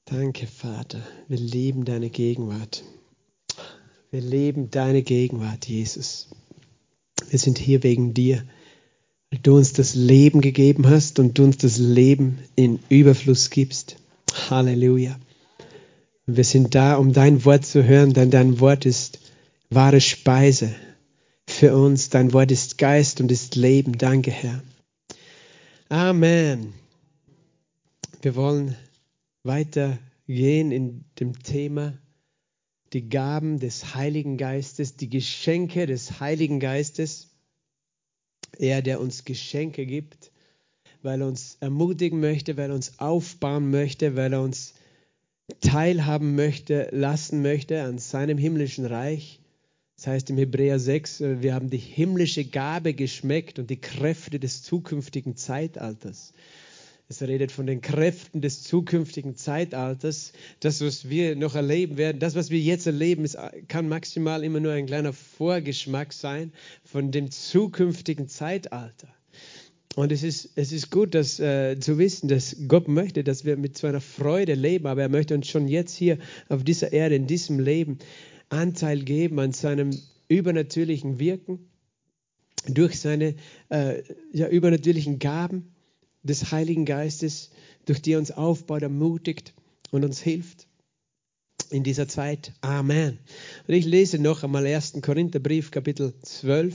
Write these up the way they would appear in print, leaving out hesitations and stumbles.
Danke, Vater. Wir lieben deine Gegenwart. Wir lieben deine Gegenwart, Jesus. Wir sind hier wegen dir, weil du uns das Leben gegeben hast und du uns das Leben in Überfluss gibst. Halleluja. Und wir sind da, um dein Wort zu hören, denn dein Wort ist wahre Speise für uns. Dein Wort ist Geist und ist Leben. Danke, Herr. Amen. Wir wollen weitergehen in dem Thema die Gaben des Heiligen Geistes, die Geschenke des Heiligen Geistes. Er, der uns Geschenke gibt, weil er uns ermutigen möchte, weil er uns aufbauen möchte, weil er uns teilhaben möchte, lassen möchte an seinem himmlischen Reich. Das heißt im Hebräer 6, wir haben die himmlische Gabe geschmeckt und die Kräfte des zukünftigen Zeitalters. Es redet von den Kräften des zukünftigen Zeitalters. Das, was wir noch erleben werden, das, was wir jetzt erleben, kann maximal immer nur ein kleiner Vorgeschmack sein von dem zukünftigen Zeitalter. Und es ist gut, das zu wissen, dass Gott möchte, dass wir mit so einer Freude leben, aber er möchte uns schon jetzt hier auf dieser Erde, in diesem Leben, Anteil geben an seinem übernatürlichen Wirken, durch seine übernatürlichen Gaben des Heiligen Geistes, durch die er uns aufbaut, ermutigt und uns hilft in dieser Zeit. Amen. Und ich lese noch einmal 1. Korintherbrief, Kapitel 12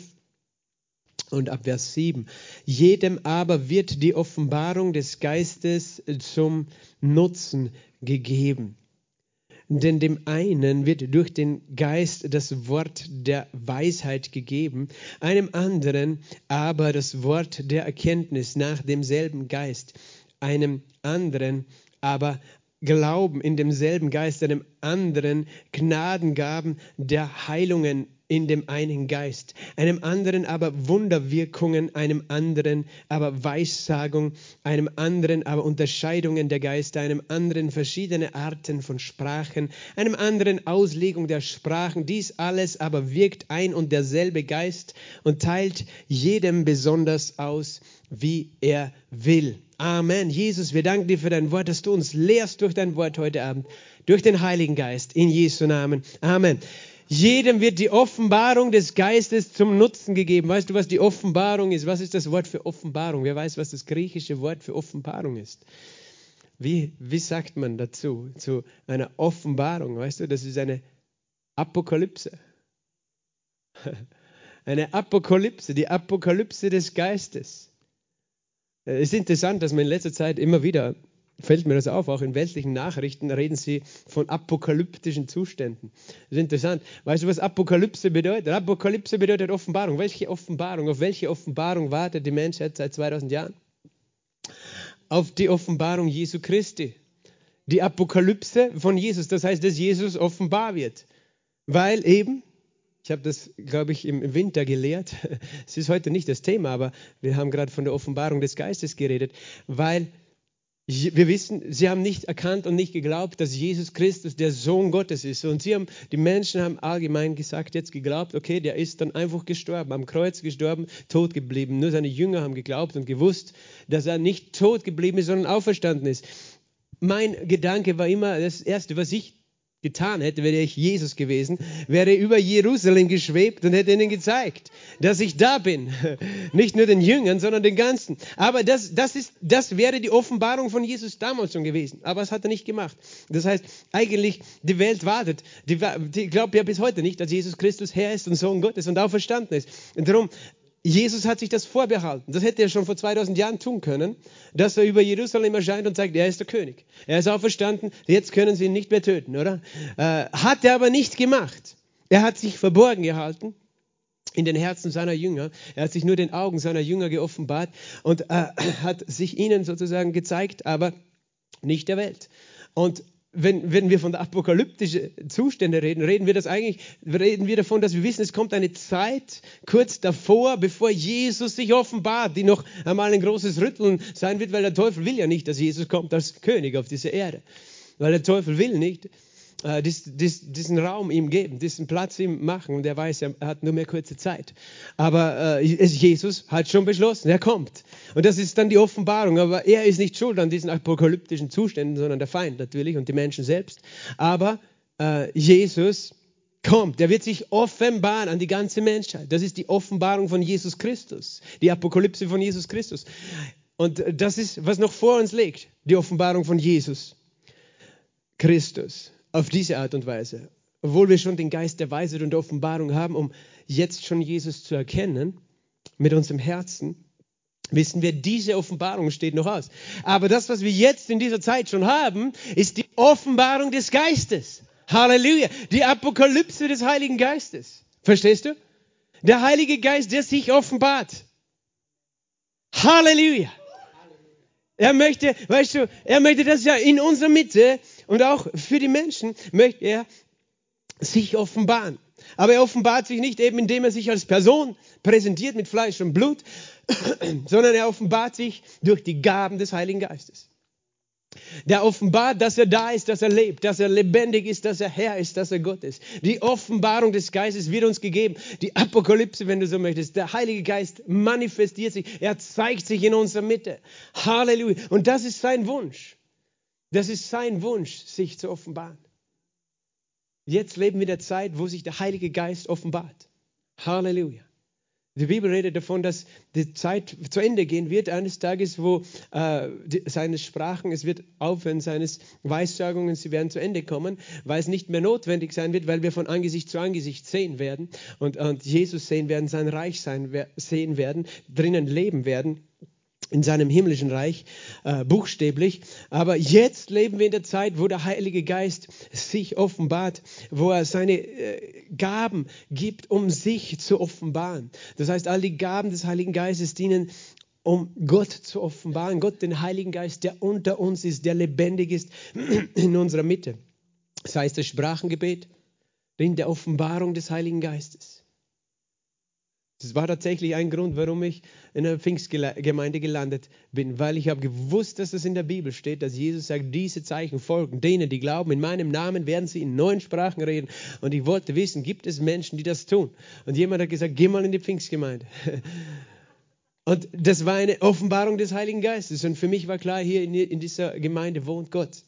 und ab Vers 7. Jedem aber wird die Offenbarung des Geistes zum Nutzen gegeben. Denn dem einen wird durch den Geist das Wort der Weisheit gegeben, einem anderen aber das Wort der Erkenntnis nach demselben Geist, einem anderen aber Glauben in demselben Geist, einem anderen Gnadengaben der Heilungen in dem einen Geist, einem anderen aber Wunderwirkungen, einem anderen aber Weissagung, einem anderen aber Unterscheidungen der Geister, einem anderen verschiedene Arten von Sprachen, einem anderen Auslegung der Sprachen. Dies alles aber wirkt ein und derselbe Geist und teilt jedem besonders aus, wie er will. Amen. Jesus, wir danken dir für dein Wort, dass du uns lehrst durch dein Wort heute Abend, durch den Heiligen Geist, in Jesu Namen. Amen. Jedem wird die Offenbarung des Geistes zum Nutzen gegeben. Weißt du, was die Offenbarung ist? Was ist das Wort für Offenbarung? Wer weiß, was das griechische Wort für Offenbarung ist? Wie sagt man dazu? Zu einer Offenbarung, weißt du, das ist eine Apokalypse. Eine Apokalypse, die Apokalypse des Geistes. Es ist interessant, dass man in letzter Zeit immer wieder, fällt mir das auf, auch in weltlichen Nachrichten reden sie von apokalyptischen Zuständen. Das ist interessant. Weißt du, was Apokalypse bedeutet? Apokalypse bedeutet Offenbarung. Welche Offenbarung? Auf welche Offenbarung wartet die Menschheit seit 2000 Jahren? Auf die Offenbarung Jesu Christi. Die Apokalypse von Jesus. Das heißt, dass Jesus offenbar wird. Weil eben, ich habe das, glaube ich, im Winter gelehrt. Es ist heute nicht das Thema, aber wir haben gerade von der Offenbarung des Geistes geredet, weil wir wissen, sie haben nicht erkannt und nicht geglaubt, dass Jesus Christus der Sohn Gottes ist. Und die Menschen haben allgemein gesagt, jetzt geglaubt, okay, der ist dann einfach gestorben, am Kreuz gestorben, tot geblieben. Nur seine Jünger haben geglaubt und gewusst, dass er nicht tot geblieben ist, sondern auferstanden ist. Mein Gedanke war immer, das Erste, was ich getan hätte, wäre ich Jesus gewesen, wäre über Jerusalem geschwebt und hätte ihnen gezeigt, dass ich da bin. Nicht nur den Jüngern, sondern den Ganzen. Aber das wäre die Offenbarung von Jesus damals schon gewesen. Aber das hat er nicht gemacht. Das heißt, eigentlich, die Welt wartet. Die glaubt ja bis heute nicht, dass Jesus Christus Herr ist und Sohn Gottes und auferstanden ist. Und darum, Jesus hat sich das vorbehalten. Das hätte er schon vor 2000 Jahren tun können, dass er über Jerusalem erscheint und sagt, er ist der König. Er ist auferstanden, jetzt können sie ihn nicht mehr töten, oder? Hat er aber nicht gemacht. Er hat sich verborgen gehalten in den Herzen seiner Jünger. Er hat sich nur den Augen seiner Jünger geoffenbart und hat sich ihnen sozusagen gezeigt, aber nicht der Welt. Und wenn wir von der apokalyptischen Zustände reden, reden wir davon, dass wir wissen, es kommt eine Zeit kurz davor, bevor Jesus sich offenbart, die noch einmal ein großes Rütteln sein wird, weil der Teufel will ja nicht, dass Jesus kommt als König auf diese Erde. Weil der Teufel will nicht, diesen Raum ihm geben, diesen Platz ihm machen. Und er weiß, er hat nur mehr kurze Zeit. Aber Jesus hat schon beschlossen, er kommt. Und das ist dann die Offenbarung. Aber er ist nicht schuld an diesen apokalyptischen Zuständen, sondern der Feind natürlich und die Menschen selbst. Aber Jesus kommt. Er wird sich offenbaren an die ganze Menschheit. Das ist die Offenbarung von Jesus Christus. Die Apokalypse von Jesus Christus. Und das ist, was noch vor uns liegt. Die Offenbarung von Jesus Christus. Auf diese Art und Weise. Obwohl wir schon den Geist der Weisheit und der Offenbarung haben, um jetzt schon Jesus zu erkennen, mit unserem Herzen, wissen wir, diese Offenbarung steht noch aus. Aber das, was wir jetzt in dieser Zeit schon haben, ist die Offenbarung des Geistes. Halleluja. Die Apokalypse des Heiligen Geistes. Verstehst du? Der Heilige Geist, der sich offenbart. Halleluja. Er möchte, weißt du, er möchte das ja in unserer Mitte und auch für die Menschen möchte er sich offenbaren. Aber er offenbart sich nicht eben, indem er sich als Person präsentiert mit Fleisch und Blut, sondern er offenbart sich durch die Gaben des Heiligen Geistes. Der offenbart, dass er da ist, dass er lebt, dass er lebendig ist, dass er Herr ist, dass er Gott ist. Die Offenbarung des Geistes wird uns gegeben. Die Apokalypse, wenn du so möchtest. Der Heilige Geist manifestiert sich. Er zeigt sich in unserer Mitte. Halleluja. Und das ist sein Wunsch. Das ist sein Wunsch, sich zu offenbaren. Jetzt leben wir in der Zeit, wo sich der Heilige Geist offenbart. Halleluja. Die Bibel redet davon, dass die Zeit zu Ende gehen wird, eines Tages, wo seine Sprachen, es wird aufhören, seines Weissagungen, sie werden zu Ende kommen, weil es nicht mehr notwendig sein wird, weil wir von Angesicht zu Angesicht sehen werden und Jesus sehen werden, sein Reich sehen werden, drinnen leben werden. In seinem himmlischen Reich, buchstäblich. Aber jetzt leben wir in der Zeit, wo der Heilige Geist sich offenbart, wo er seine Gaben gibt, um sich zu offenbaren. Das heißt, all die Gaben des Heiligen Geistes dienen, um Gott zu offenbaren. Gott, den Heiligen Geist, der unter uns ist, der lebendig ist in unserer Mitte. Das heißt, das Sprachengebet dient der Offenbarung des Heiligen Geistes. Das war tatsächlich ein Grund, warum ich in einer Pfingstgemeinde gelandet bin, weil ich habe gewusst, dass das in der Bibel steht, dass Jesus sagt, diese Zeichen folgen denen, die glauben, in meinem Namen werden sie in neuen Sprachen reden. Und ich wollte wissen, gibt es Menschen, die das tun? Und jemand hat gesagt, geh mal in die Pfingstgemeinde. Und das war eine Offenbarung des Heiligen Geistes. Und für mich war klar, hier in dieser Gemeinde wohnt Gott.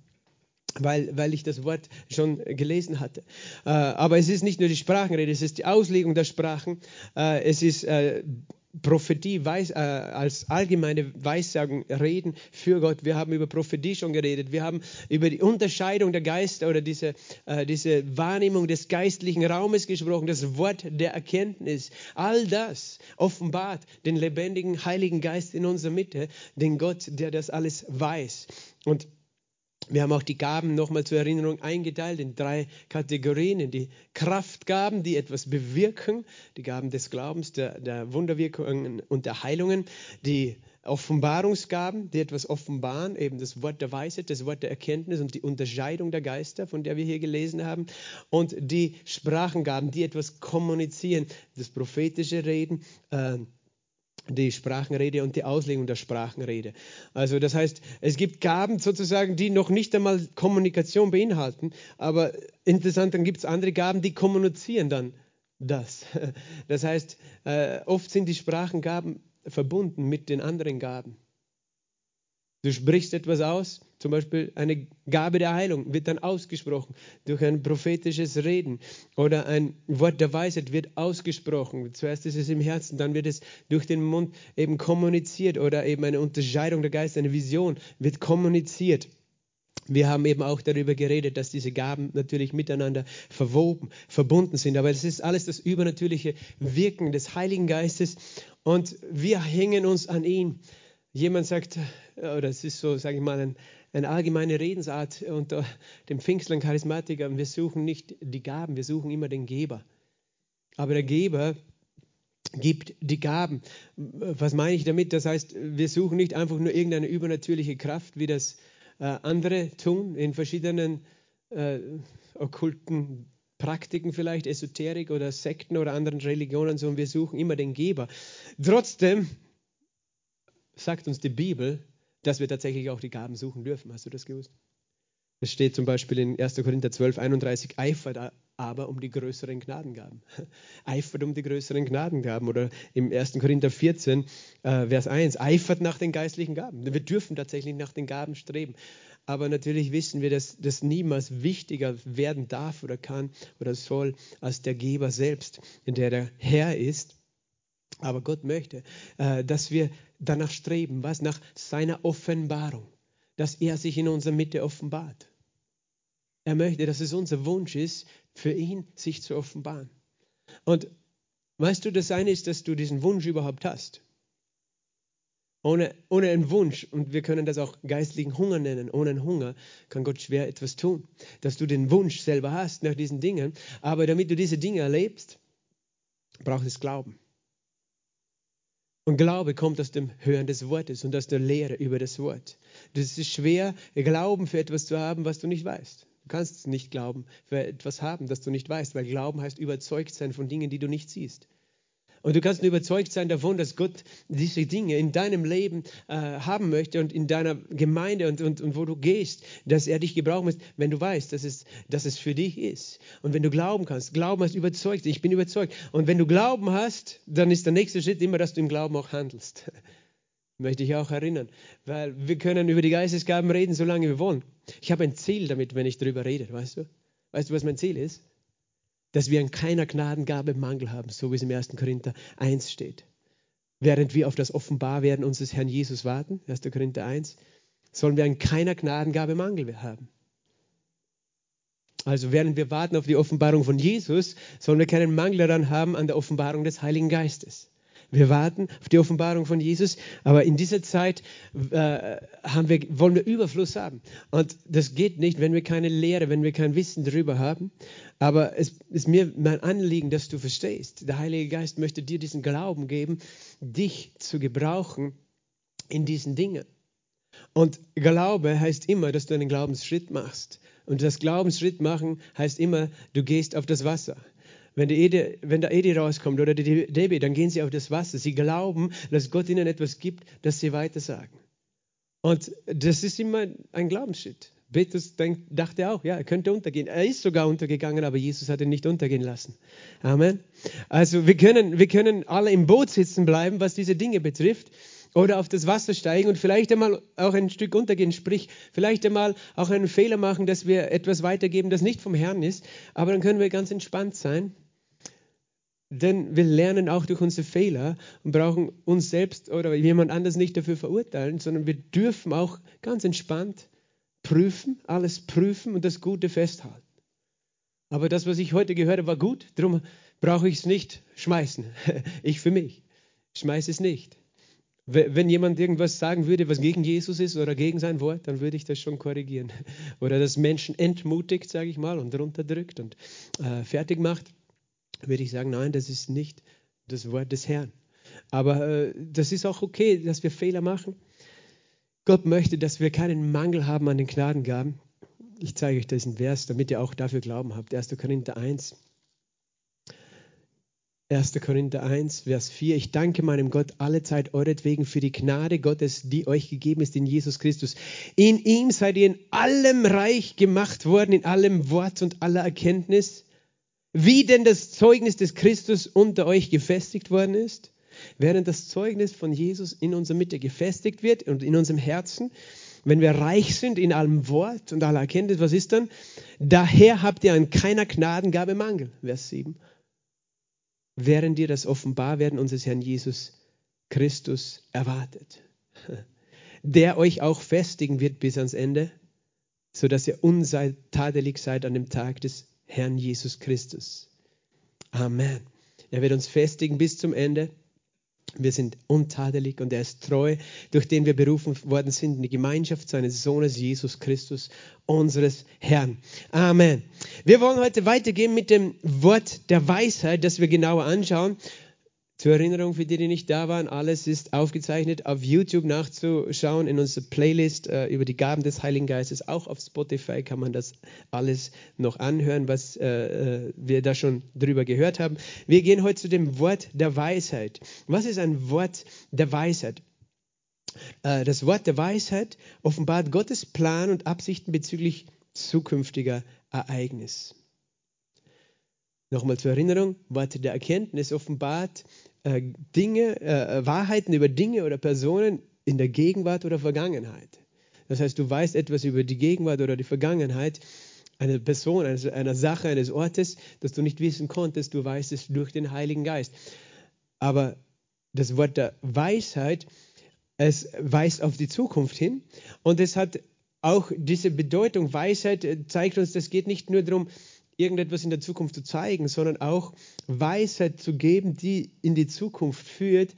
Weil ich das Wort schon gelesen hatte. Aber es ist nicht nur die Sprachenrede, es ist die Auslegung der Sprachen, es ist Prophetie als allgemeine Weissagung, Reden für Gott. Wir haben über Prophetie schon geredet, wir haben über die Unterscheidung der Geister oder diese Wahrnehmung des geistlichen Raumes gesprochen, das Wort der Erkenntnis. All das offenbart den lebendigen Heiligen Geist in unserer Mitte, den Gott, der das alles weiß. Und wir haben auch die Gaben nochmal zur Erinnerung eingeteilt in 3 Kategorien. In die Kraftgaben, die etwas bewirken, die Gaben des Glaubens, der Wunderwirkungen und der Heilungen, die Offenbarungsgaben, die etwas offenbaren, eben das Wort der Weisheit, das Wort der Erkenntnis und die Unterscheidung der Geister, von der wir hier gelesen haben, und die Sprachengaben, die etwas kommunizieren, das prophetische Reden, die Sprachenrede und die Auslegung der Sprachenrede. Also das heißt, es gibt Gaben sozusagen, die noch nicht einmal Kommunikation beinhalten, aber interessant, dann gibt es andere Gaben, die kommunizieren dann das. Das heißt, oft sind die Sprachengaben verbunden mit den anderen Gaben. Du sprichst etwas aus, zum Beispiel eine Gabe der Heilung wird dann ausgesprochen durch ein prophetisches Reden oder ein Wort der Weisheit wird ausgesprochen. Zuerst ist es im Herzen, dann wird es durch den Mund eben kommuniziert oder eben eine Unterscheidung der Geister, eine Vision wird kommuniziert. Wir haben eben auch darüber geredet, dass diese Gaben natürlich miteinander verbunden sind. Aber es ist alles das übernatürliche Wirken des Heiligen Geistes und wir hängen uns an ihn. Jemand sagt, oder es ist so, sage ich mal, eine allgemeine Redensart unter den Pfingstlern, Charismatikern, wir suchen nicht die Gaben, wir suchen immer den Geber. Aber der Geber gibt die Gaben. Was meine ich damit? Das heißt, wir suchen nicht einfach nur irgendeine übernatürliche Kraft, wie das andere tun, in verschiedenen okkulten Praktiken vielleicht, Esoterik oder Sekten oder anderen Religionen, sondern wir suchen immer den Geber. Trotzdem sagt uns die Bibel, dass wir tatsächlich auch die Gaben suchen dürfen. Hast du das gewusst? Es steht zum Beispiel in 1. Korinther 12, 31, eifert aber um die größeren Gnadengaben. Eifert um die größeren Gnadengaben. Oder im 1. Korinther 14, Vers 1, eifert nach den geistlichen Gaben. Wir dürfen tatsächlich nach den Gaben streben. Aber natürlich wissen wir, dass das niemals wichtiger werden darf oder kann oder soll als der Geber selbst, in der Herr ist. Aber Gott möchte, dass wir danach streben, was nach seiner Offenbarung, dass er sich in unserer Mitte offenbart. Er möchte, dass es unser Wunsch ist, für ihn sich zu offenbaren. Und weißt du, das eine ist, dass du diesen Wunsch überhaupt hast. Ohne einen Wunsch, und wir können das auch geistlichen Hunger nennen, ohne einen Hunger kann Gott schwer etwas tun. Dass du den Wunsch selber hast nach diesen Dingen, aber damit du diese Dinge erlebst, braucht es Glauben. Und Glaube kommt aus dem Hören des Wortes und aus der Lehre über das Wort. Das ist schwer, Glauben für etwas zu haben, was du nicht weißt. Du kannst nicht Glauben für etwas haben, das du nicht weißt, weil Glauben heißt überzeugt sein von Dingen, die du nicht siehst. Und du kannst nur überzeugt sein davon, dass Gott diese Dinge in deinem Leben haben möchte und in deiner Gemeinde und wo du gehst, dass er dich gebrauchen muss, wenn du weißt, dass es für dich ist. Und wenn du glauben kannst, Glauben heißt überzeugt, ich bin überzeugt. Und wenn du Glauben hast, dann ist der nächste Schritt immer, dass du im Glauben auch handelst. Möchte ich auch erinnern, weil wir können über die Geistesgaben reden, solange wir wollen. Ich habe ein Ziel damit, wenn ich darüber rede, weißt du? Weißt du, was mein Ziel ist? Dass wir an keiner Gnadengabe Mangel haben, so wie es im 1. Korinther 1 steht. Während wir auf das Offenbarwerden unseres Herrn Jesus warten, 1. Korinther 1, sollen wir an keiner Gnadengabe Mangel haben. Also während wir warten auf die Offenbarung von Jesus, sollen wir keinen Mangel daran haben an der Offenbarung des Heiligen Geistes. Wir warten auf die Offenbarung von Jesus, aber in dieser Zeit wollen wir Überfluss haben. Und das geht nicht, wenn wir keine Lehre, wenn wir kein Wissen darüber haben. Aber es ist mir mein Anliegen, dass du verstehst. Der Heilige Geist möchte dir diesen Glauben geben, dich zu gebrauchen in diesen Dingen. Und Glaube heißt immer, dass du einen Glaubensschritt machst. Und das Glaubensschritt machen heißt immer, du gehst auf das Wasser. Wenn der Edi rauskommt oder die Debbie, dann gehen sie auf das Wasser. Sie glauben, dass Gott ihnen etwas gibt, das sie weitersagen. Und das ist immer ein Glaubensschritt. Petrus dachte auch, ja, er könnte untergehen. Er ist sogar untergegangen, aber Jesus hat ihn nicht untergehen lassen. Amen. Also wir können alle im Boot sitzen bleiben, was diese Dinge betrifft. Oder auf das Wasser steigen und vielleicht einmal auch ein Stück untergehen, sprich vielleicht einmal auch einen Fehler machen, dass wir etwas weitergeben, das nicht vom Herrn ist. Aber dann können wir ganz entspannt sein. Denn wir lernen auch durch unsere Fehler und brauchen uns selbst oder jemand anders nicht dafür verurteilen, sondern wir dürfen auch ganz entspannt prüfen, alles prüfen und das Gute festhalten. Aber das, was ich heute gehört habe, war gut, darum brauche ich es nicht schmeißen. Ich für mich schmeiße es nicht. Wenn jemand irgendwas sagen würde, was gegen Jesus ist oder gegen sein Wort, dann würde ich das schon korrigieren. Oder das Menschen entmutigt, sage ich mal, und runterdrückt und fertig macht, würde ich sagen, nein, das ist nicht das Wort des Herrn. Aber das ist auch okay, dass wir Fehler machen. Gott möchte, dass wir keinen Mangel haben an den Gnadengaben. Ich zeige euch diesen Vers, damit ihr auch dafür Glauben habt. 1. Korinther 1. 1. Korinther 1, Vers 4. Ich danke meinem Gott allezeit euretwegen für die Gnade Gottes, die euch gegeben ist in Jesus Christus. In ihm seid ihr in allem reich gemacht worden, in allem Wort und aller Erkenntnis. Wie denn das Zeugnis des Christus unter euch gefestigt worden ist, während das Zeugnis von Jesus in unserer Mitte gefestigt wird und in unserem Herzen, wenn wir reich sind in allem Wort und aller Erkenntnis, was ist dann? Daher habt ihr an keiner Gnadengabe Mangel, Vers 7, während ihr das Offenbarwerden unseres Herrn Jesus Christus erwartet, der euch auch festigen wird bis ans Ende, sodass ihr untadelig seid an dem Tag des Herrn Jesus Christus. Amen. Er wird uns festigen bis zum Ende. Wir sind untadelig und er ist treu, durch den wir berufen worden sind in die Gemeinschaft seines Sohnes Jesus Christus, unseres Herrn. Amen. Wir wollen heute weitergehen mit dem Wort der Weisheit, das wir genauer anschauen. Zur Erinnerung für die, die nicht da waren, alles ist aufgezeichnet, auf YouTube nachzuschauen, in unserer Playlist über die Gaben des Heiligen Geistes. Auch auf Spotify kann man das alles noch anhören, was wir da schon drüber gehört haben. Wir gehen heute zu dem Wort der Weisheit. Was ist ein Wort der Weisheit? Das Wort der Weisheit offenbart Gottes Plan und Absichten bezüglich zukünftiger Ereignis. Nochmal zur Erinnerung, Worte der Erkenntnis offenbart Wahrheiten über Dinge oder Personen in der Gegenwart oder Vergangenheit. Das heißt, du weißt etwas über die Gegenwart oder die Vergangenheit einer Person, einer Sache, eines Ortes, das du nicht wissen konntest, du weißt es durch den Heiligen Geist. Aber das Wort der Weisheit, es weist auf die Zukunft hin und es hat auch diese Bedeutung. Weisheit zeigt uns, es geht nicht nur darum, irgendetwas in der Zukunft zu zeigen, sondern auch Weisheit zu geben, die in die Zukunft führt,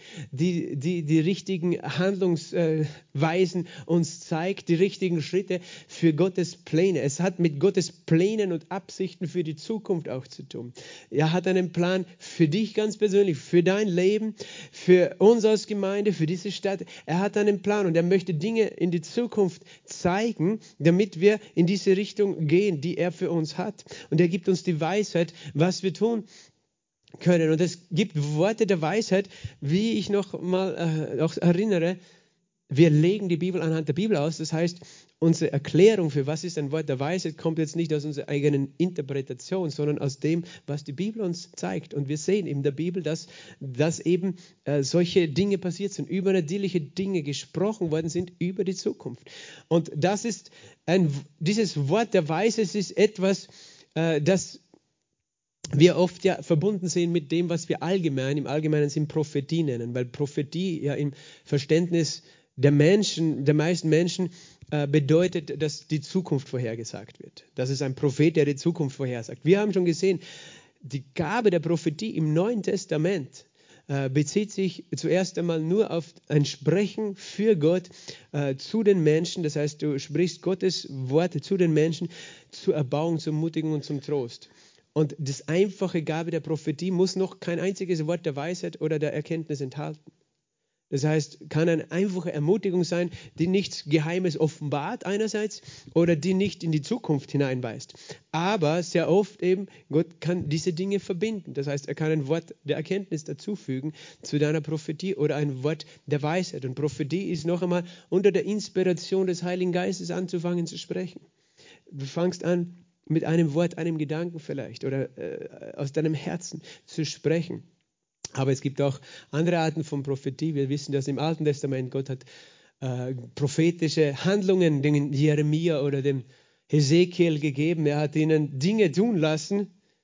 die richtigen Handlungsweisen uns zeigt, die richtigen Schritte für Gottes Pläne. Es hat mit Gottes Plänen und Absichten für die Zukunft auch zu tun. Er hat einen Plan für dich ganz persönlich, für dein Leben, für uns als Gemeinde, für diese Stadt. Er hat einen Plan und er möchte Dinge in die Zukunft zeigen, damit wir in diese Richtung gehen, die er für uns hat. Und er gibt uns die Weisheit, was wir tun können. Und es gibt Worte der Weisheit, wie ich noch mal auch erinnere, wir legen die Bibel anhand der Bibel aus. Das heißt, unsere Erklärung für was ist ein Wort der Weisheit kommt jetzt nicht aus unserer eigenen Interpretation, sondern aus dem, was die Bibel uns zeigt. Und wir sehen in der Bibel, dass eben solche Dinge passiert sind, übernatürliche Dinge gesprochen worden sind über die Zukunft. Und das ist dieses Wort der Weisheit ist etwas, das wir oft ja verbunden sehen mit dem, was wir im allgemeinen Sinn Prophetie nennen, weil Prophetie ja im Verständnis der meisten Menschen bedeutet, dass die Zukunft vorhergesagt wird. Das ist ein Prophet, der die Zukunft vorhersagt. Wir haben schon gesehen, die Gabe der Prophetie im Neuen Testament bezieht sich zuerst einmal nur auf ein Sprechen für Gott zu den Menschen. Das heißt, du sprichst Gottes Worte zu den Menschen zur Erbauung, zur Ermutigung und zum Trost. Und das einfache Gabe der Prophetie muss noch kein einziges Wort der Weisheit oder der Erkenntnis enthalten. Das heißt, kann eine einfache Ermutigung sein, die nichts Geheimes offenbart einerseits oder die nicht in die Zukunft hineinweist. Aber sehr oft eben, Gott kann diese Dinge verbinden. Das heißt, er kann ein Wort der Erkenntnis dazufügen zu deiner Prophetie oder ein Wort der Weisheit. Und Prophetie ist noch einmal unter der Inspiration des Heiligen Geistes anzufangen zu sprechen. Du fangst an, mit einem Wort, einem Gedanken vielleicht oder aus deinem Herzen zu sprechen. Aber es gibt auch andere Arten von Prophetie. Wir wissen, dass im Alten Testament Gott hat prophetische Handlungen dem Jeremia oder dem Hesekiel gegeben. Er hat ihnen Dinge tun lassen.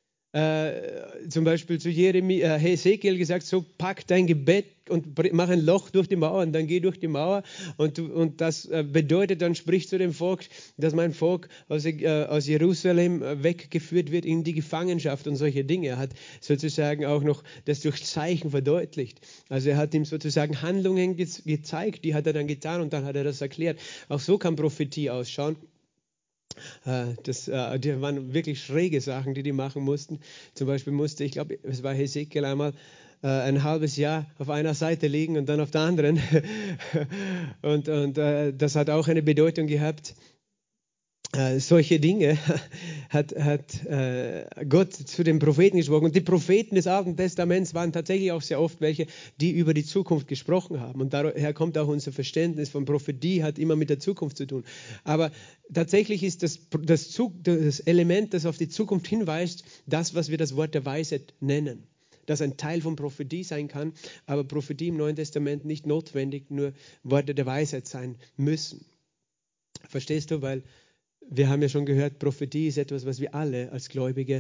Zum Beispiel zu Hesekiel gesagt, so pack dein Gebet und mach ein Loch durch die Mauer und dann geh durch die Mauer und das bedeutet, dann sprich zu dem Volk, dass mein Volk aus Jerusalem weggeführt wird in die Gefangenschaft und solche Dinge. Er hat sozusagen auch noch das durch Zeichen verdeutlicht. Also er hat ihm sozusagen Handlungen gezeigt, die hat er dann getan und dann hat er das erklärt. Auch so kann Prophetie ausschauen. Die waren wirklich schräge Sachen, die machen mussten. Zum Beispiel musste, ich glaube, es war Hesekiel einmal ein halbes Jahr auf einer Seite liegen und dann auf der anderen. und das hat auch eine Bedeutung gehabt. Solche Dinge hat Gott zu den Propheten gesprochen. Und die Propheten des Alten Testaments waren tatsächlich auch sehr oft welche, die über die Zukunft gesprochen haben. Und daher kommt auch unser Verständnis von Prophetie, hat immer mit der Zukunft zu tun. Aber tatsächlich ist das Element, das auf die Zukunft hinweist, das, was wir das Wort der Weisheit nennen. Das ein Teil von Prophetie sein kann, aber Prophetie im Neuen Testament nicht notwendig nur Worte der Weisheit sein müssen. Verstehst du? Weil wir haben ja schon gehört, Prophetie ist etwas, was wir alle als Gläubige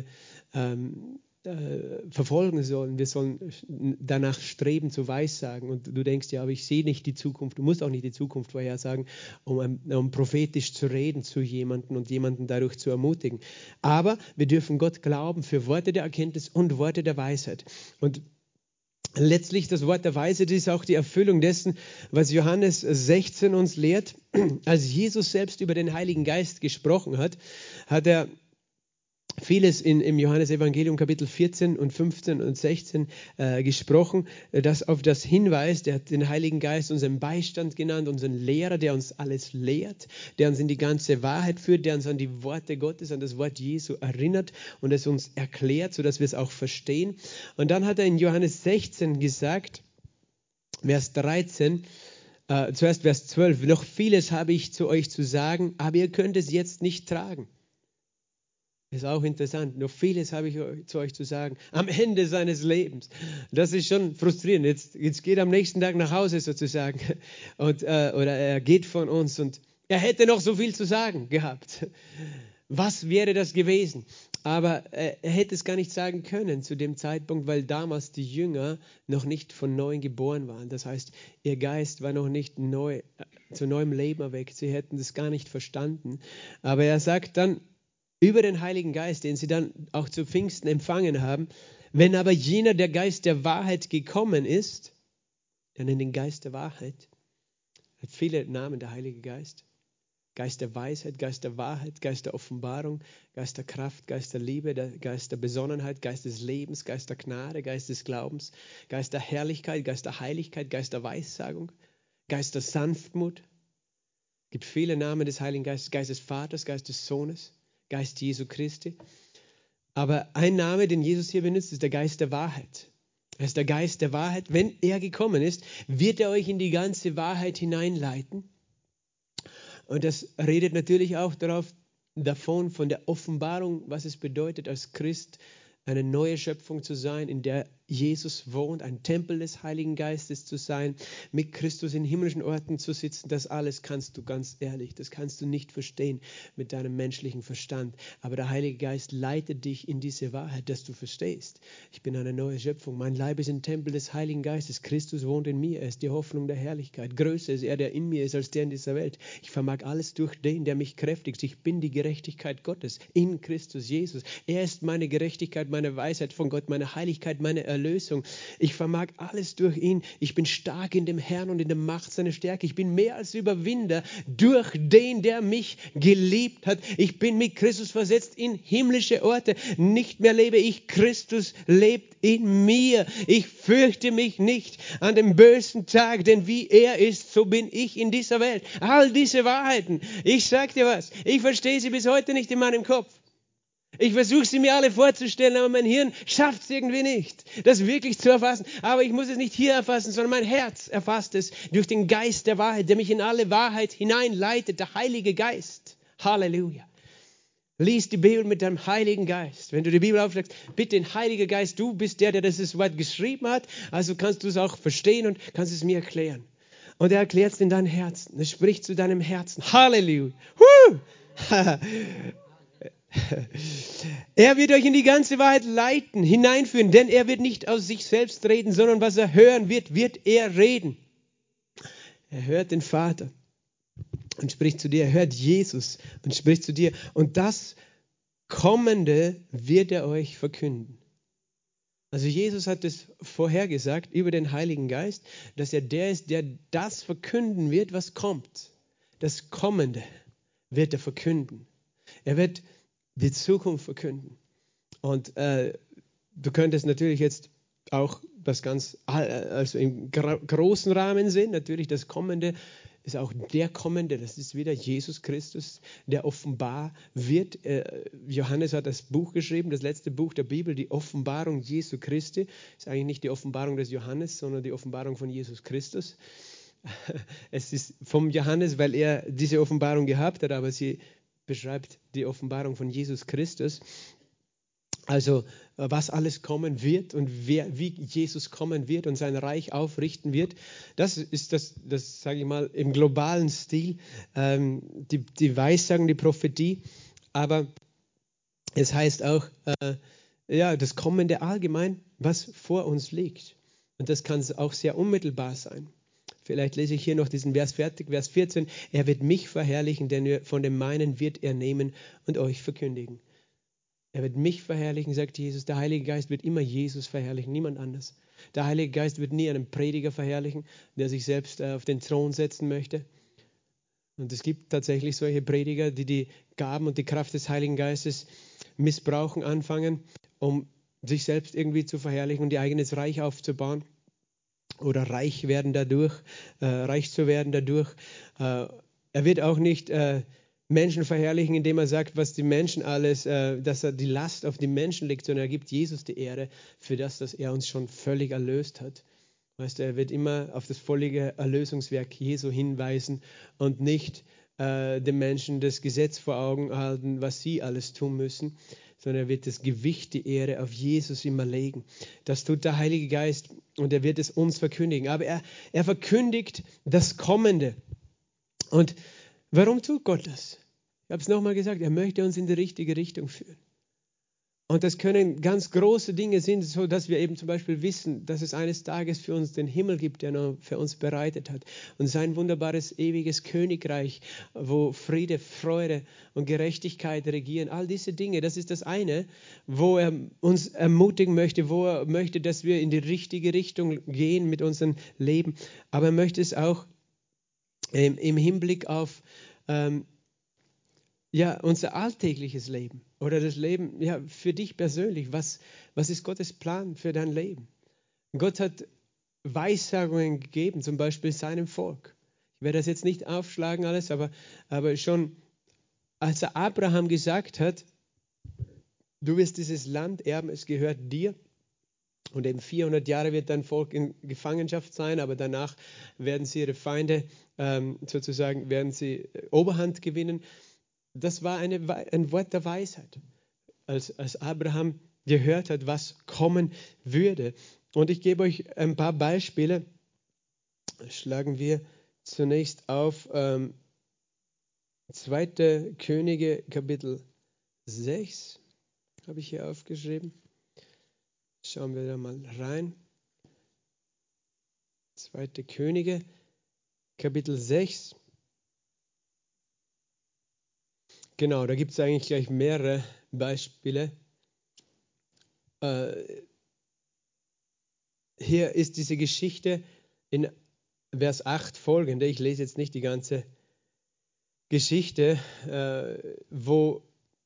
verfolgen sollen. Wir sollen danach streben zu Weissagen. Und du denkst, ja, aber ich sehe nicht die Zukunft. Du musst auch nicht die Zukunft vorhersagen, um prophetisch zu reden zu jemandem und jemanden dadurch zu ermutigen. Aber wir dürfen Gott glauben für Worte der Erkenntnis und Worte der Weisheit. Und letztlich das Wort der Weisheit ist auch die Erfüllung dessen, was Johannes 16 uns lehrt. Als Jesus selbst über den Heiligen Geist gesprochen hat, hat er vieles im Johannesevangelium Kapitel 14 und 15 und 16 gesprochen, das auf das hinweist. Er hat den Heiligen Geist unseren Beistand genannt, unseren Lehrer, der uns alles lehrt, der uns in die ganze Wahrheit führt, der uns an die Worte Gottes, an das Wort Jesu erinnert und es uns erklärt, sodass wir es auch verstehen. Und dann hat er in Johannes 16 gesagt, Vers 13, zuerst Vers 12, noch vieles habe ich zu euch zu sagen, aber ihr könnt es jetzt nicht tragen. Ist auch interessant. Noch vieles habe ich zu euch zu sagen. Am Ende seines Lebens. Das ist schon frustrierend. Jetzt geht er am nächsten Tag nach Hause sozusagen. Oder er geht von uns und er hätte noch so viel zu sagen gehabt. Was wäre das gewesen? Aber er hätte es gar nicht sagen können zu dem Zeitpunkt, weil damals die Jünger noch nicht von neuem geboren waren. Das heißt, ihr Geist war noch nicht zu neuem Leben erweckt. Sie hätten das gar nicht verstanden. Aber er sagt dann über den Heiligen Geist, den sie dann auch zu Pfingsten empfangen haben, wenn aber jener, der Geist der Wahrheit gekommen ist, er nennt den Geist der Wahrheit, hat viele Namen, der Heilige Geist. Geist der Weisheit, Geist der Wahrheit, Geist der Offenbarung, Geist der Kraft, Geist der Liebe, Geist der Besonnenheit, Geist des Lebens, Geist der Gnade, Geist des Glaubens, Geist der Herrlichkeit, Geist der Heiligkeit, Geist der Weissagung, Geist der Sanftmut. Es gibt viele Namen des Heiligen Geistes, Geist des Vaters, Geist des Sohnes, Geist Jesu Christi. Aber ein Name, den Jesus hier benutzt, ist der Geist der Wahrheit. Er ist der Geist der Wahrheit. Wenn er gekommen ist, wird er euch in die ganze Wahrheit hineinleiten. Und das redet natürlich auch davon, von der Offenbarung, was es bedeutet, als Christ eine neue Schöpfung zu sein, in der Jesus wohnt, ein Tempel des Heiligen Geistes zu sein, mit Christus in himmlischen Orten zu sitzen. Das alles kannst du ganz ehrlich, das kannst du nicht verstehen mit deinem menschlichen Verstand. Aber der Heilige Geist leitet dich in diese Wahrheit, dass du verstehst. Ich bin eine neue Schöpfung. Mein Leib ist ein Tempel des Heiligen Geistes. Christus wohnt in mir. Er ist die Hoffnung der Herrlichkeit. Größer ist er, der in mir ist, als der in dieser Welt. Ich vermag alles durch den, der mich kräftigt. Ich bin die Gerechtigkeit Gottes in Christus Jesus. Er ist meine Gerechtigkeit, meine Weisheit von Gott, meine Heiligkeit, meine Erlösung. Ich vermag alles durch ihn. Ich bin stark in dem Herrn und in der Macht seiner Stärke. Ich bin mehr als Überwinder durch den, der mich geliebt hat. Ich bin mit Christus versetzt in himmlische Orte. Nicht mehr lebe ich, Christus lebt in mir. Ich fürchte mich nicht an dem bösen Tag, denn wie er ist, so bin ich in dieser Welt. All diese Wahrheiten, ich sag dir was, ich verstehe sie bis heute nicht in meinem Kopf. Ich versuche sie mir alle vorzustellen, aber mein Hirn schafft es irgendwie nicht, das wirklich zu erfassen. Aber ich muss es nicht hier erfassen, sondern mein Herz erfasst es durch den Geist der Wahrheit, der mich in alle Wahrheit hineinleitet, der Heilige Geist. Halleluja. Lies die Bibel mit deinem Heiligen Geist. Wenn du die Bibel aufschlägst, bitte den Heiligen Geist, du bist der das Wort geschrieben hat, also kannst du es auch verstehen und kannst es mir erklären. Und er erklärt es in deinem Herzen, er spricht zu deinem Herzen. Halleluja. Er wird euch in die ganze Wahrheit leiten, hineinführen, denn er wird nicht aus sich selbst reden, sondern was er hören wird, wird er reden. Er hört den Vater und spricht zu dir. Er hört Jesus und spricht zu dir. Und das Kommende wird er euch verkünden. Also Jesus hat es vorhergesagt über den Heiligen Geist, dass er der ist, der das verkünden wird, was kommt. Das Kommende wird er verkünden. Er wird die Zukunft verkünden. Und du könntest natürlich jetzt auch das ganz, also im großen Rahmen sehen, natürlich das Kommende ist auch der Kommende, das ist wieder Jesus Christus, der offenbar wird. Johannes hat das Buch geschrieben, das letzte Buch der Bibel, die Offenbarung Jesu Christi. Ist eigentlich nicht die Offenbarung des Johannes, sondern die Offenbarung von Jesus Christus. Es ist vom Johannes, weil er diese Offenbarung gehabt hat, aber sie beschreibt die Offenbarung von Jesus Christus. Also was alles kommen wird und wie Jesus kommen wird und sein Reich aufrichten wird, das ist das sage ich mal, im globalen Stil, die Weissagung, die Prophetie. Aber es heißt auch, das Kommende allgemein, was vor uns liegt. Und das kann auch sehr unmittelbar sein. Vielleicht lese ich hier noch diesen Vers fertig, Vers 14. Er wird mich verherrlichen, denn von dem meinen wird er nehmen und euch verkündigen. Er wird mich verherrlichen, sagt Jesus. Der Heilige Geist wird immer Jesus verherrlichen, niemand anders. Der Heilige Geist wird nie einen Prediger verherrlichen, der sich selbst auf den Thron setzen möchte. Und es gibt tatsächlich solche Prediger, die die Gaben und die Kraft des Heiligen Geistes missbrauchen, anfangen, um sich selbst irgendwie zu verherrlichen und ihr eigenes Reich aufzubauen oder reich zu werden dadurch. Er wird auch nicht Menschen verherrlichen, indem er sagt, was die Menschen alles, dass er die Last auf die Menschen legt, sondern er gibt Jesus die Ehre für das, dass er uns schon völlig erlöst hat. Weißt du, er wird immer auf das völlige Erlösungswerk Jesu hinweisen und nicht den Menschen das Gesetz vor Augen halten, was sie alles tun müssen, sondern er wird das Gewicht, die Ehre auf Jesus immer legen. Das tut der Heilige Geist und er wird es uns verkündigen. Aber er verkündigt das Kommende. Und warum tut Gott das? Ich habe es nochmal gesagt, er möchte uns in die richtige Richtung führen. Und das können ganz große Dinge sein, so dass wir eben zum Beispiel wissen, dass es eines Tages für uns den Himmel gibt, der er für uns bereitet hat. Und sein wunderbares, ewiges Königreich, wo Friede, Freude und Gerechtigkeit regieren. All diese Dinge, das ist das eine, wo er uns ermutigen möchte, wo er möchte, dass wir in die richtige Richtung gehen mit unserem Leben. Aber er möchte es auch im Hinblick auf unser alltägliches Leben oder das Leben für dich persönlich. Was ist Gottes Plan für dein Leben? Gott hat Weissagungen gegeben, zum Beispiel seinem Volk. Ich werde das jetzt nicht aufschlagen alles, aber schon als er Abraham gesagt hat, du wirst dieses Land erben, es gehört dir. Und eben 400 Jahre wird dein Volk in Gefangenschaft sein, aber danach werden sie ihre Feinde sozusagen, werden sie Oberhand gewinnen. Das war ein Wort der Weisheit, als Abraham gehört hat, was kommen würde. Und ich gebe euch ein paar Beispiele. Schlagen wir zunächst auf 2. Könige, Kapitel 6, habe ich hier aufgeschrieben. Schauen wir da mal rein. 2. Könige, Kapitel 6. Genau, da gibt es eigentlich gleich mehrere Beispiele. Hier ist diese Geschichte in Vers 8 folgende. Ich lese jetzt nicht die ganze Geschichte, wo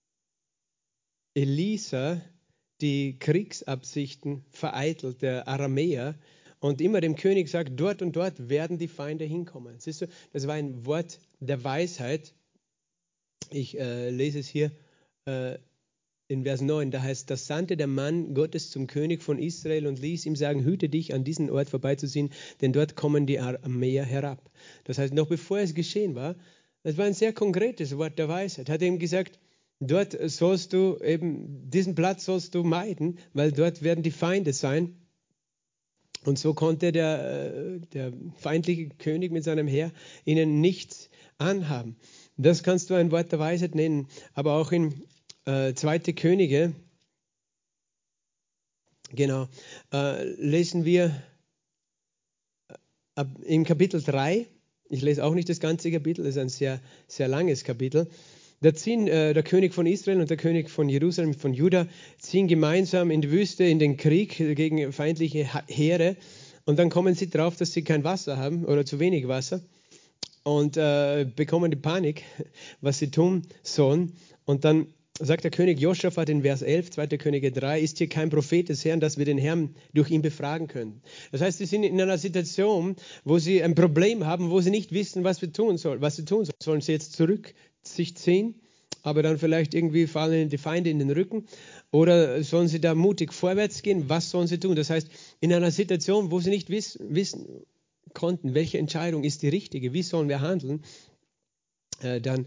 Elisa die Kriegsabsichten vereitelt, der Aramäer, und immer dem König sagt, dort und dort werden die Feinde hinkommen. Siehst du, das war ein Wort der Weisheit. Ich lese es hier in Vers 9, da heißt, das sandte der Mann Gottes zum König von Israel und ließ ihm sagen, hüte dich, an diesen Ort vorbeizuziehen, denn dort kommen die Aramäer herab. Das heißt, noch bevor es geschehen war, das war ein sehr konkretes Wort der Weisheit. Hat ihm gesagt, dort sollst du eben, diesen Platz sollst du meiden, weil dort werden die Feinde sein. Und so konnte der feindliche König mit seinem Heer ihnen nichts anhaben. Das kannst du ein Wort der Weisheit nennen, aber auch in 2. Könige, genau, lesen wir im Kapitel 3, ich lese auch nicht das ganze Kapitel, das ist ein sehr, sehr langes Kapitel, da ziehen der König von Israel und der König von Jerusalem, von Juda, ziehen gemeinsam in die Wüste in den Krieg gegen feindliche Heere und dann kommen sie drauf, dass sie kein Wasser haben oder zu wenig Wasser und bekommen die Panik, was sie tun sollen. Und dann sagt der König Josaphat in Vers 11, 2. Könige 3, ist hier kein Prophet des Herrn, dass wir den Herrn durch ihn befragen können. Das heißt, sie sind in einer Situation, wo sie ein Problem haben, wo sie nicht wissen, was sie tun sollen. Sollen sie jetzt zurück sich ziehen, aber dann vielleicht irgendwie fallen die Feinde in den Rücken? Oder sollen sie da mutig vorwärts gehen? Was sollen sie tun? Das heißt, in einer Situation, wo sie nicht wissen konnten, welche Entscheidung ist die richtige, wie sollen wir handeln, dann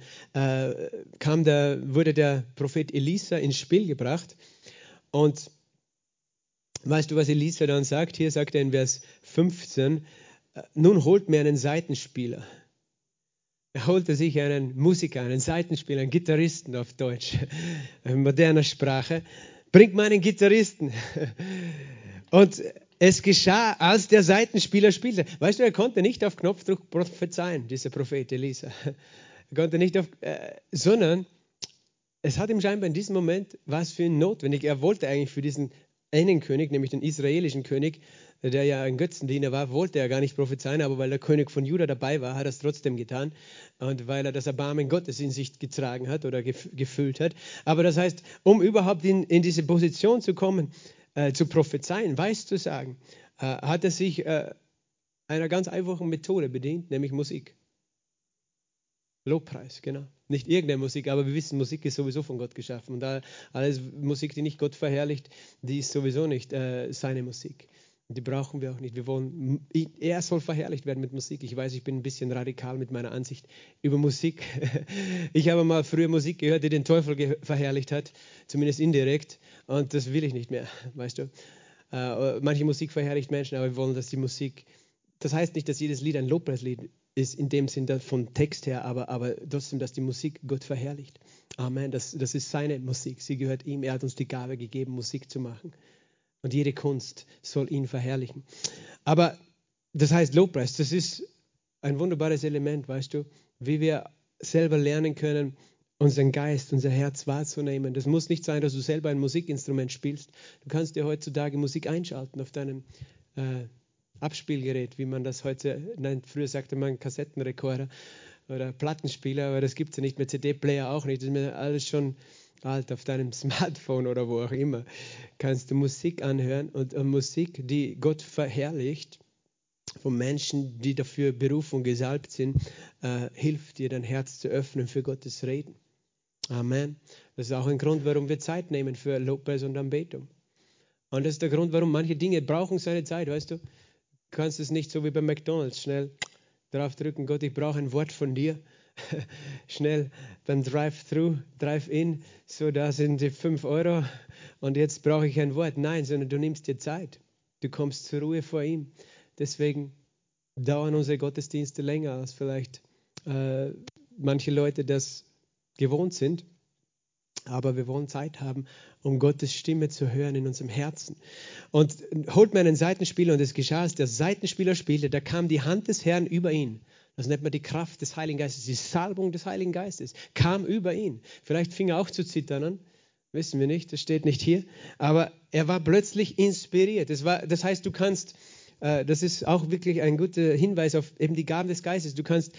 wurde der Prophet Elisa ins Spiel gebracht. Und weißt du, was Elisa dann sagt? Hier sagt er in Vers 15, nun holt mir einen Saitenspieler. Er holte sich einen Musiker, einen Saitenspieler, einen Gitarristen auf Deutsch, in moderner Sprache. Bringt mir einen Gitarristen. Und es geschah, als der Saitenspieler spielte. Weißt du, er konnte nicht auf Knopfdruck prophezeien, dieser Prophet Elisa. Er konnte nicht sondern es hat ihm scheinbar in diesem Moment was für ihn notwendig. Er wollte eigentlich für diesen einen König, nämlich den israelischen König, der ja ein Götzendiener war, wollte er gar nicht prophezeien, aber weil der König von Juda dabei war, hat er es trotzdem getan und weil er das Erbarmen Gottes in sich getragen hat oder gefüllt hat. Aber das heißt, um überhaupt in diese Position zu kommen, zu prophezeien, weiszusagen, hat er sich einer ganz einfachen Methode bedient, nämlich Musik. Lobpreis, genau. Nicht irgendeine Musik, aber wir wissen, Musik ist sowieso von Gott geschaffen. Und da alles Musik, die nicht Gott verherrlicht, die ist sowieso nicht seine Musik. Die brauchen wir auch nicht. Er soll verherrlicht werden mit Musik. Ich weiß, ich bin ein bisschen radikal mit meiner Ansicht über Musik. Ich habe mal früher Musik gehört, die den Teufel verherrlicht hat, zumindest indirekt. Und das will ich nicht mehr, weißt du. Manche Musik verherrlicht Menschen, aber wir wollen, dass die Musik, das heißt nicht, dass jedes Lied ein Lobpreislied ist, in dem Sinn von Text her, aber trotzdem, dass die Musik Gott verherrlicht. Amen, das ist seine Musik. Sie gehört ihm. Er hat uns die Gabe gegeben, Musik zu machen. Und jede Kunst soll ihn verherrlichen. Aber das heißt Lobpreis, das ist ein wunderbares Element, weißt du, wie wir selber lernen können, unseren Geist, unser Herz wahrzunehmen. Das muss nicht sein, dass du selber ein Musikinstrument spielst. Du kannst dir heutzutage Musik einschalten auf deinem Abspielgerät, wie man das heute nennt. Früher sagte man Kassettenrekorder oder Plattenspieler, aber das gibt es ja nicht mehr, CD-Player auch nicht. Das ist mir alles schon alt. Auf deinem Smartphone oder wo auch immer kannst du Musik anhören und Musik, die Gott verherrlicht, von Menschen, die dafür berufen und gesalbt sind, hilft dir, dein Herz zu öffnen für Gottes Reden. Amen. Das ist auch ein Grund, warum wir Zeit nehmen für Lobpreis und Anbetung. Und das ist der Grund, warum manche Dinge brauchen seine Zeit, weißt du. Du kannst es nicht so wie bei McDonald's schnell drauf drücken, Gott, ich brauche ein Wort von dir. Schnell beim Drive-In, so da sind die 5 Euro und jetzt brauche ich ein Wort. Nein, sondern du nimmst dir Zeit. Du kommst zur Ruhe vor ihm. Deswegen dauern unsere Gottesdienste länger, als vielleicht manche Leute das gewohnt sind. Aber wir wollen Zeit haben, um Gottes Stimme zu hören in unserem Herzen. Und holt mir einen Saitenspieler, und es geschah, als der Saitenspieler spielte, da kam die Hand des Herrn über ihn. Das nennt man die Kraft des Heiligen Geistes, die Salbung des Heiligen Geistes kam über ihn. Vielleicht fing er auch zu zittern an, wissen wir nicht, das steht nicht hier. Aber er war plötzlich inspiriert. Das heißt, du kannst, das ist auch wirklich ein guter Hinweis auf eben die Gaben des Geistes, du kannst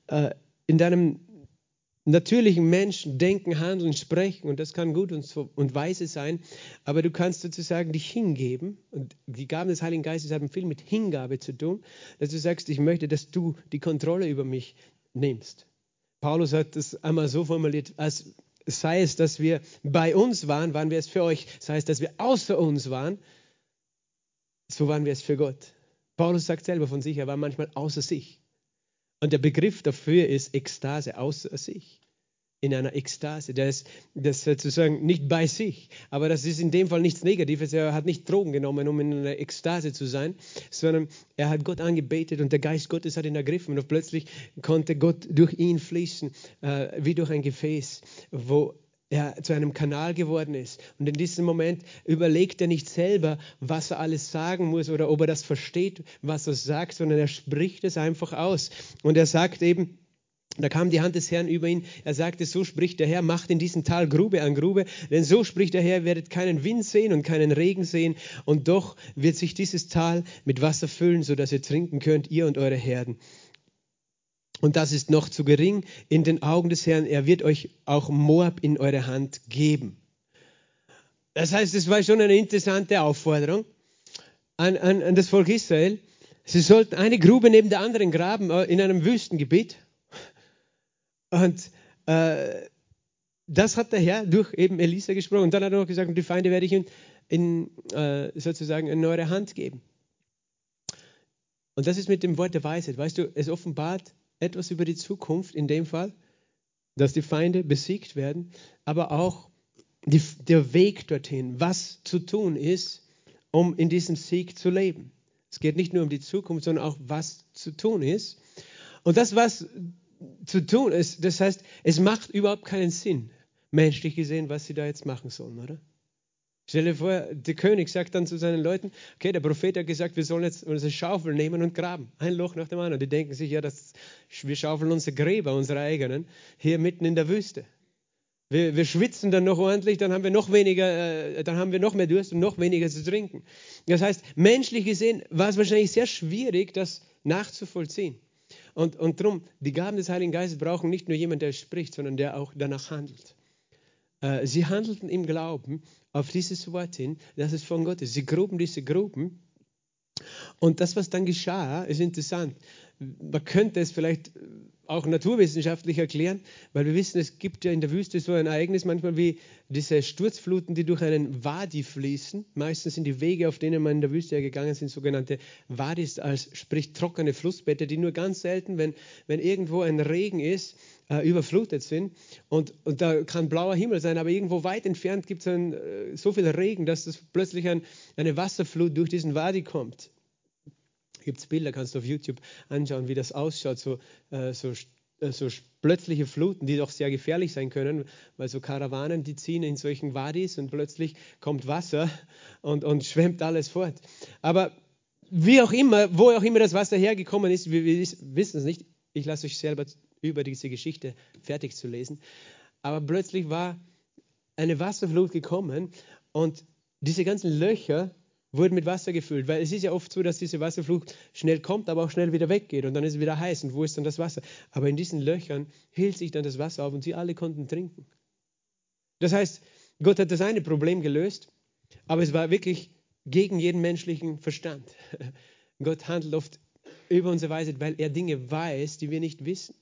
in deinem natürlichen Menschen denken, handeln, sprechen, und das kann gut und weise sein, aber du kannst sozusagen dich hingeben, und die Gaben des Heiligen Geistes haben viel mit Hingabe zu tun, dass du sagst, ich möchte, dass du die Kontrolle über mich nimmst. Paulus hat das einmal so formuliert, als sei es, dass wir bei uns waren, waren wir es für euch, sei es, dass wir außer uns waren, so waren wir es für Gott. Paulus sagt selber von sich, er war manchmal außer sich. Und der Begriff dafür ist Ekstase, außer sich. In einer Ekstase. Das sozusagen nicht bei sich. Aber das ist in dem Fall nichts Negatives. Er hat nicht Drogen genommen, um in einer Ekstase zu sein, sondern er hat Gott angebetet und der Geist Gottes hat ihn ergriffen. Und plötzlich konnte Gott durch ihn fließen, wie durch ein Gefäß, wo er zu einem Kanal geworden ist. Und in diesem Moment überlegt er nicht selber, was er alles sagen muss oder ob er das versteht, was er sagt, sondern er spricht es einfach aus. Und er sagt eben, da kam die Hand des Herrn über ihn. Er sagte, so spricht der Herr, macht in diesem Tal Grube an Grube, denn so spricht der Herr, ihr werdet keinen Wind sehen und keinen Regen sehen, und doch wird sich dieses Tal mit Wasser füllen, sodass ihr trinken könnt, ihr und eure Herden. Und das ist noch zu gering in den Augen des Herrn. Er wird euch auch Moab in eure Hand geben. Das heißt, es war schon eine interessante Aufforderung an das Volk Israel. Sie sollten eine Grube neben der anderen graben in einem Wüstengebiet. Und das hat der Herr durch eben Elisa gesprochen. Und dann hat er noch gesagt, und die Feinde werde ich sozusagen in eure Hand geben. Und das ist mit dem Wort der Weisheit. Weißt du, es offenbart etwas über die Zukunft, in dem Fall, dass die Feinde besiegt werden, aber auch der Weg dorthin, was zu tun ist, um in diesem Sieg zu leben. Es geht nicht nur um die Zukunft, sondern auch, was zu tun ist. Und das, was zu tun ist, das heißt, es macht überhaupt keinen Sinn, menschlich gesehen, was sie da jetzt machen sollen, oder? Stell dir vor, der König sagt dann zu seinen Leuten, okay, der Prophet hat gesagt, wir sollen jetzt unsere Schaufel nehmen und graben. Ein Loch nach dem anderen. Die denken sich, ja, wir schaufeln unsere Gräber, unsere eigenen, hier mitten in der Wüste. Wir schwitzen dann noch ordentlich, dann haben wir noch weniger, dann haben wir noch mehr Durst und noch weniger zu trinken. Das heißt, menschlich gesehen war es wahrscheinlich sehr schwierig, das nachzuvollziehen. Und darum, die Gaben des Heiligen Geistes brauchen nicht nur jemanden, der spricht, sondern der auch danach handelt. Sie handelten im Glauben auf dieses Wort hin, dass es von Gott ist. Sie gruben diese Gruben Und das, was dann geschah, ist interessant. Man könnte es vielleicht auch naturwissenschaftlich erklären, weil wir wissen, es gibt ja in der Wüste so ein Ereignis manchmal wie diese Sturzfluten, die durch einen Wadi fließen. Meistens sind die Wege, auf denen man in der Wüste gegangen sind, sogenannte Wadis, sprich trockene Flussbette, die nur ganz selten, wenn irgendwo ein Regen ist, überflutet sind. Und da kann blauer Himmel sein, aber irgendwo weit entfernt gibt es so viel Regen, dass das plötzlich eine Wasserflut durch diesen Wadi kommt. Gibt es Bilder, kannst du auf YouTube anschauen, wie das ausschaut, so plötzliche Fluten, die doch sehr gefährlich sein können, weil so Karawanen, die ziehen in solchen Wadis und plötzlich kommt Wasser und schwemmt alles fort. Aber wie auch immer, wo auch immer das Wasser hergekommen ist, wir wissen es nicht. Ich lasse euch selber über diese Geschichte fertig zu lesen. Aber plötzlich war eine Wasserflut gekommen und diese ganzen Löcher wurden mit Wasser gefüllt, weil es ist ja oft so, dass diese Wasserflut schnell kommt, aber auch schnell wieder weggeht und dann ist es wieder heiß und wo ist dann das Wasser? Aber in diesen Löchern hielt sich dann das Wasser auf und sie alle konnten trinken. Das heißt, Gott hat das eine Problem gelöst, aber es war wirklich gegen jeden menschlichen Verstand. Gott handelt oft über unsere Weisheit, weil er Dinge weiß, die wir nicht wissen.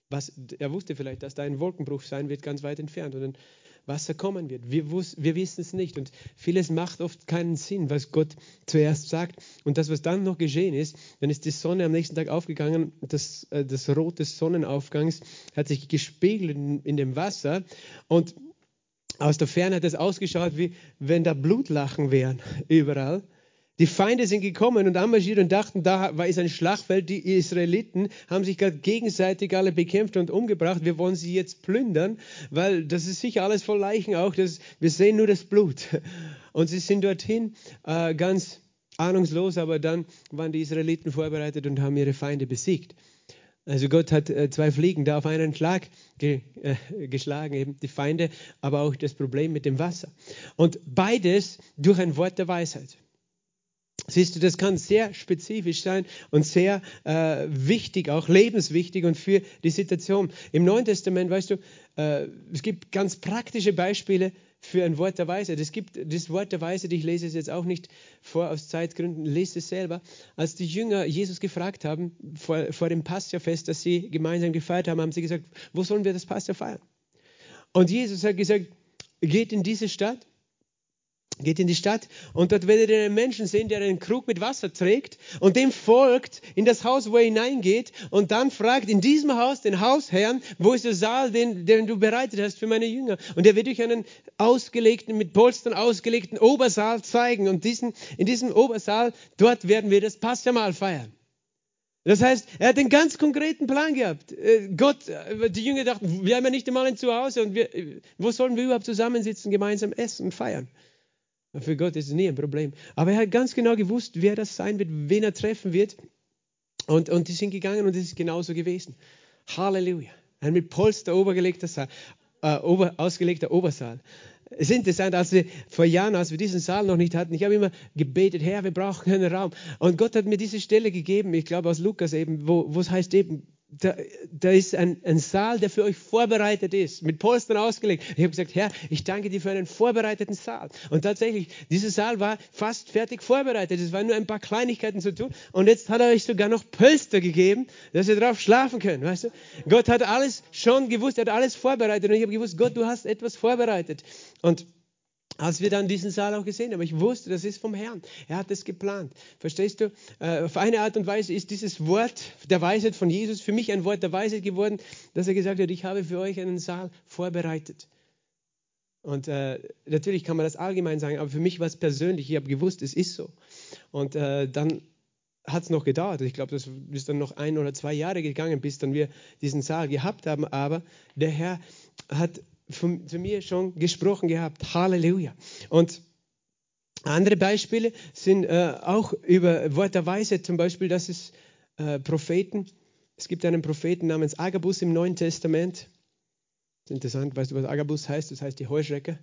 Er wusste vielleicht, dass da ein Wolkenbruch sein wird, ganz weit entfernt und dann Wasser kommen wird. Wir wissen es nicht und vieles macht oft keinen Sinn, was Gott zuerst sagt. Und das, was dann noch geschehen ist, dann ist die Sonne am nächsten Tag aufgegangen, das Rot des Sonnenaufgangs hat sich gespiegelt in dem Wasser und aus der Ferne hat es ausgeschaut, wie wenn da Blutlachen wären überall. Die Feinde sind gekommen und anmarschiert und dachten, da ist ein Schlachtfeld. Die Israeliten haben sich gerade gegenseitig alle bekämpft und umgebracht. Wir wollen sie jetzt plündern, weil das ist sicher alles voll Leichen auch. Wir sehen nur das Blut. Und sie sind dorthin ganz ahnungslos, aber dann waren die Israeliten vorbereitet und haben ihre Feinde besiegt. Also Gott hat 2 Fliegen da auf einen Schlag geschlagen, eben die Feinde, aber auch das Problem mit dem Wasser. Und beides durch ein Wort der Weisheit. Siehst du, das kann sehr spezifisch sein und sehr wichtig, auch lebenswichtig und für die Situation. Im Neuen Testament, weißt du, es gibt ganz praktische Beispiele für ein Wort der Weisheit. Es gibt das Wort der Weisheit, ich lese es jetzt auch nicht vor aus Zeitgründen, lese es selber. Als die Jünger Jesus gefragt haben, vor dem Passafest, das sie gemeinsam gefeiert haben, haben sie gesagt, wo sollen wir das Passa feiern? Und Jesus hat gesagt, geht in diese Stadt. Geht in die Stadt und dort werdet ihr einen Menschen sehen, der einen Krug mit Wasser trägt und dem folgt in das Haus, wo er hineingeht und dann fragt in diesem Haus den Hausherrn, wo ist der Saal, den du bereitet hast für meine Jünger? Und er wird euch einen ausgelegten, mit Polstern ausgelegten Obersaal zeigen und in diesem Obersaal, dort werden wir das Passamahl feiern. Das heißt, er hat einen ganz konkreten Plan gehabt. Die Jünger dachten, wir haben ja nicht einmal ein Zuhause und wo sollen wir überhaupt zusammensitzen, gemeinsam essen und feiern? Für Gott ist es nie ein Problem. Aber er hat ganz genau gewusst, wer das sein wird, wen er treffen wird. Und die sind gegangen und es ist genauso gewesen. Halleluja. Ein mit Polster ausgelegter Obersaal. Es ist interessant, vor Jahren, als wir diesen Saal noch nicht hatten, ich habe immer gebetet, Herr, wir brauchen einen Raum. Und Gott hat mir diese Stelle gegeben, ich glaube aus Lukas eben, wo es heißt eben, da ist ein Saal, der für euch vorbereitet ist, mit Polstern ausgelegt. Ich habe gesagt, Herr, ich danke dir für einen vorbereiteten Saal. Und tatsächlich, dieser Saal war fast fertig vorbereitet. Es waren nur ein paar Kleinigkeiten zu tun. Und jetzt hat er euch sogar noch Polster gegeben, dass ihr drauf schlafen könnt. Weißt du? Gott hat alles schon gewusst, er hat alles vorbereitet. Und ich habe gewusst, Gott, du hast etwas vorbereitet. Und als wir dann diesen Saal auch gesehen haben, ich wusste, das ist vom Herrn. Er hat es geplant. Verstehst du? Auf eine Art und Weise ist dieses Wort der Weisheit von Jesus für mich ein Wort der Weisheit geworden, dass er gesagt hat, ich habe für euch einen Saal vorbereitet. Und natürlich kann man das allgemein sagen, aber für mich war es persönlich. Ich habe gewusst, es ist so. Und dann hat es noch gedauert. Ich glaube, das ist dann noch 1 oder 2 Jahre gegangen, bis dann wir diesen Saal gehabt haben. Aber der Herr hat zu mir schon gesprochen gehabt. Halleluja. Und andere Beispiele sind auch über Wort der Weisheit, zum Beispiel, dass es Propheten, es gibt einen Propheten namens Agabus im Neuen Testament. Das ist interessant, weißt du, was Agabus heißt? Das heißt die Heuschrecke.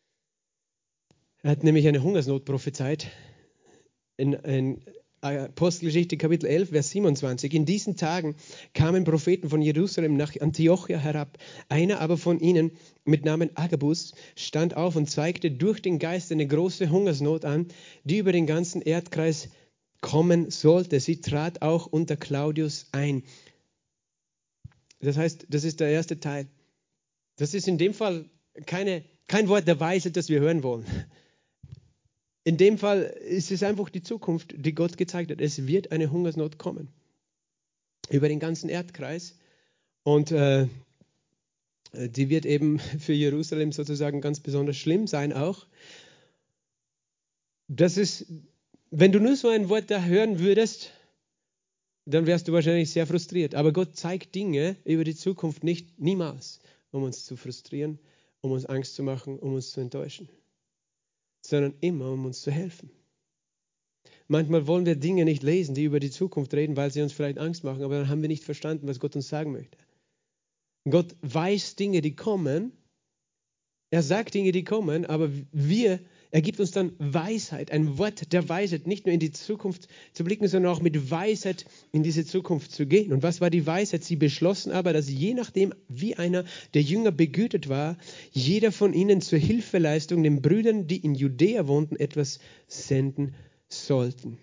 Er hat nämlich eine Hungersnot prophezeit. In Apostelgeschichte Kapitel 11, Vers 27. In diesen Tagen kamen Propheten von Jerusalem nach Antiochia herab. Einer aber von ihnen mit Namen Agabus stand auf und zeigte durch den Geist eine große Hungersnot an, die über den ganzen Erdkreis kommen sollte. Sie trat auch unter Claudius ein. Das heißt, das ist der erste Teil. Das ist in dem Fall kein Wort der Weisheit, das wir hören wollen. In dem Fall ist es einfach die Zukunft, die Gott gezeigt hat. Es wird eine Hungersnot kommen. Über den ganzen Erdkreis. Und die wird eben für Jerusalem sozusagen ganz besonders schlimm sein auch. Das ist, wenn du nur so ein Wort da hören würdest, dann wärst du wahrscheinlich sehr frustriert. Aber Gott zeigt Dinge über die Zukunft niemals, um uns zu frustrieren, um uns Angst zu machen, um uns zu enttäuschen, sondern immer, um uns zu helfen. Manchmal wollen wir Dinge nicht lesen, die über die Zukunft reden, weil sie uns vielleicht Angst machen, aber dann haben wir nicht verstanden, was Gott uns sagen möchte. Gott weiß Dinge, die kommen. Er sagt Dinge, die kommen, aber er gibt uns dann Weisheit, ein Wort der Weisheit, nicht nur in die Zukunft zu blicken, sondern auch mit Weisheit in diese Zukunft zu gehen. Und was war die Weisheit? Sie beschlossen aber, dass je nachdem, wie einer der Jünger begütet war, jeder von ihnen zur Hilfeleistung den Brüdern, die in Judäa wohnten, etwas senden sollten.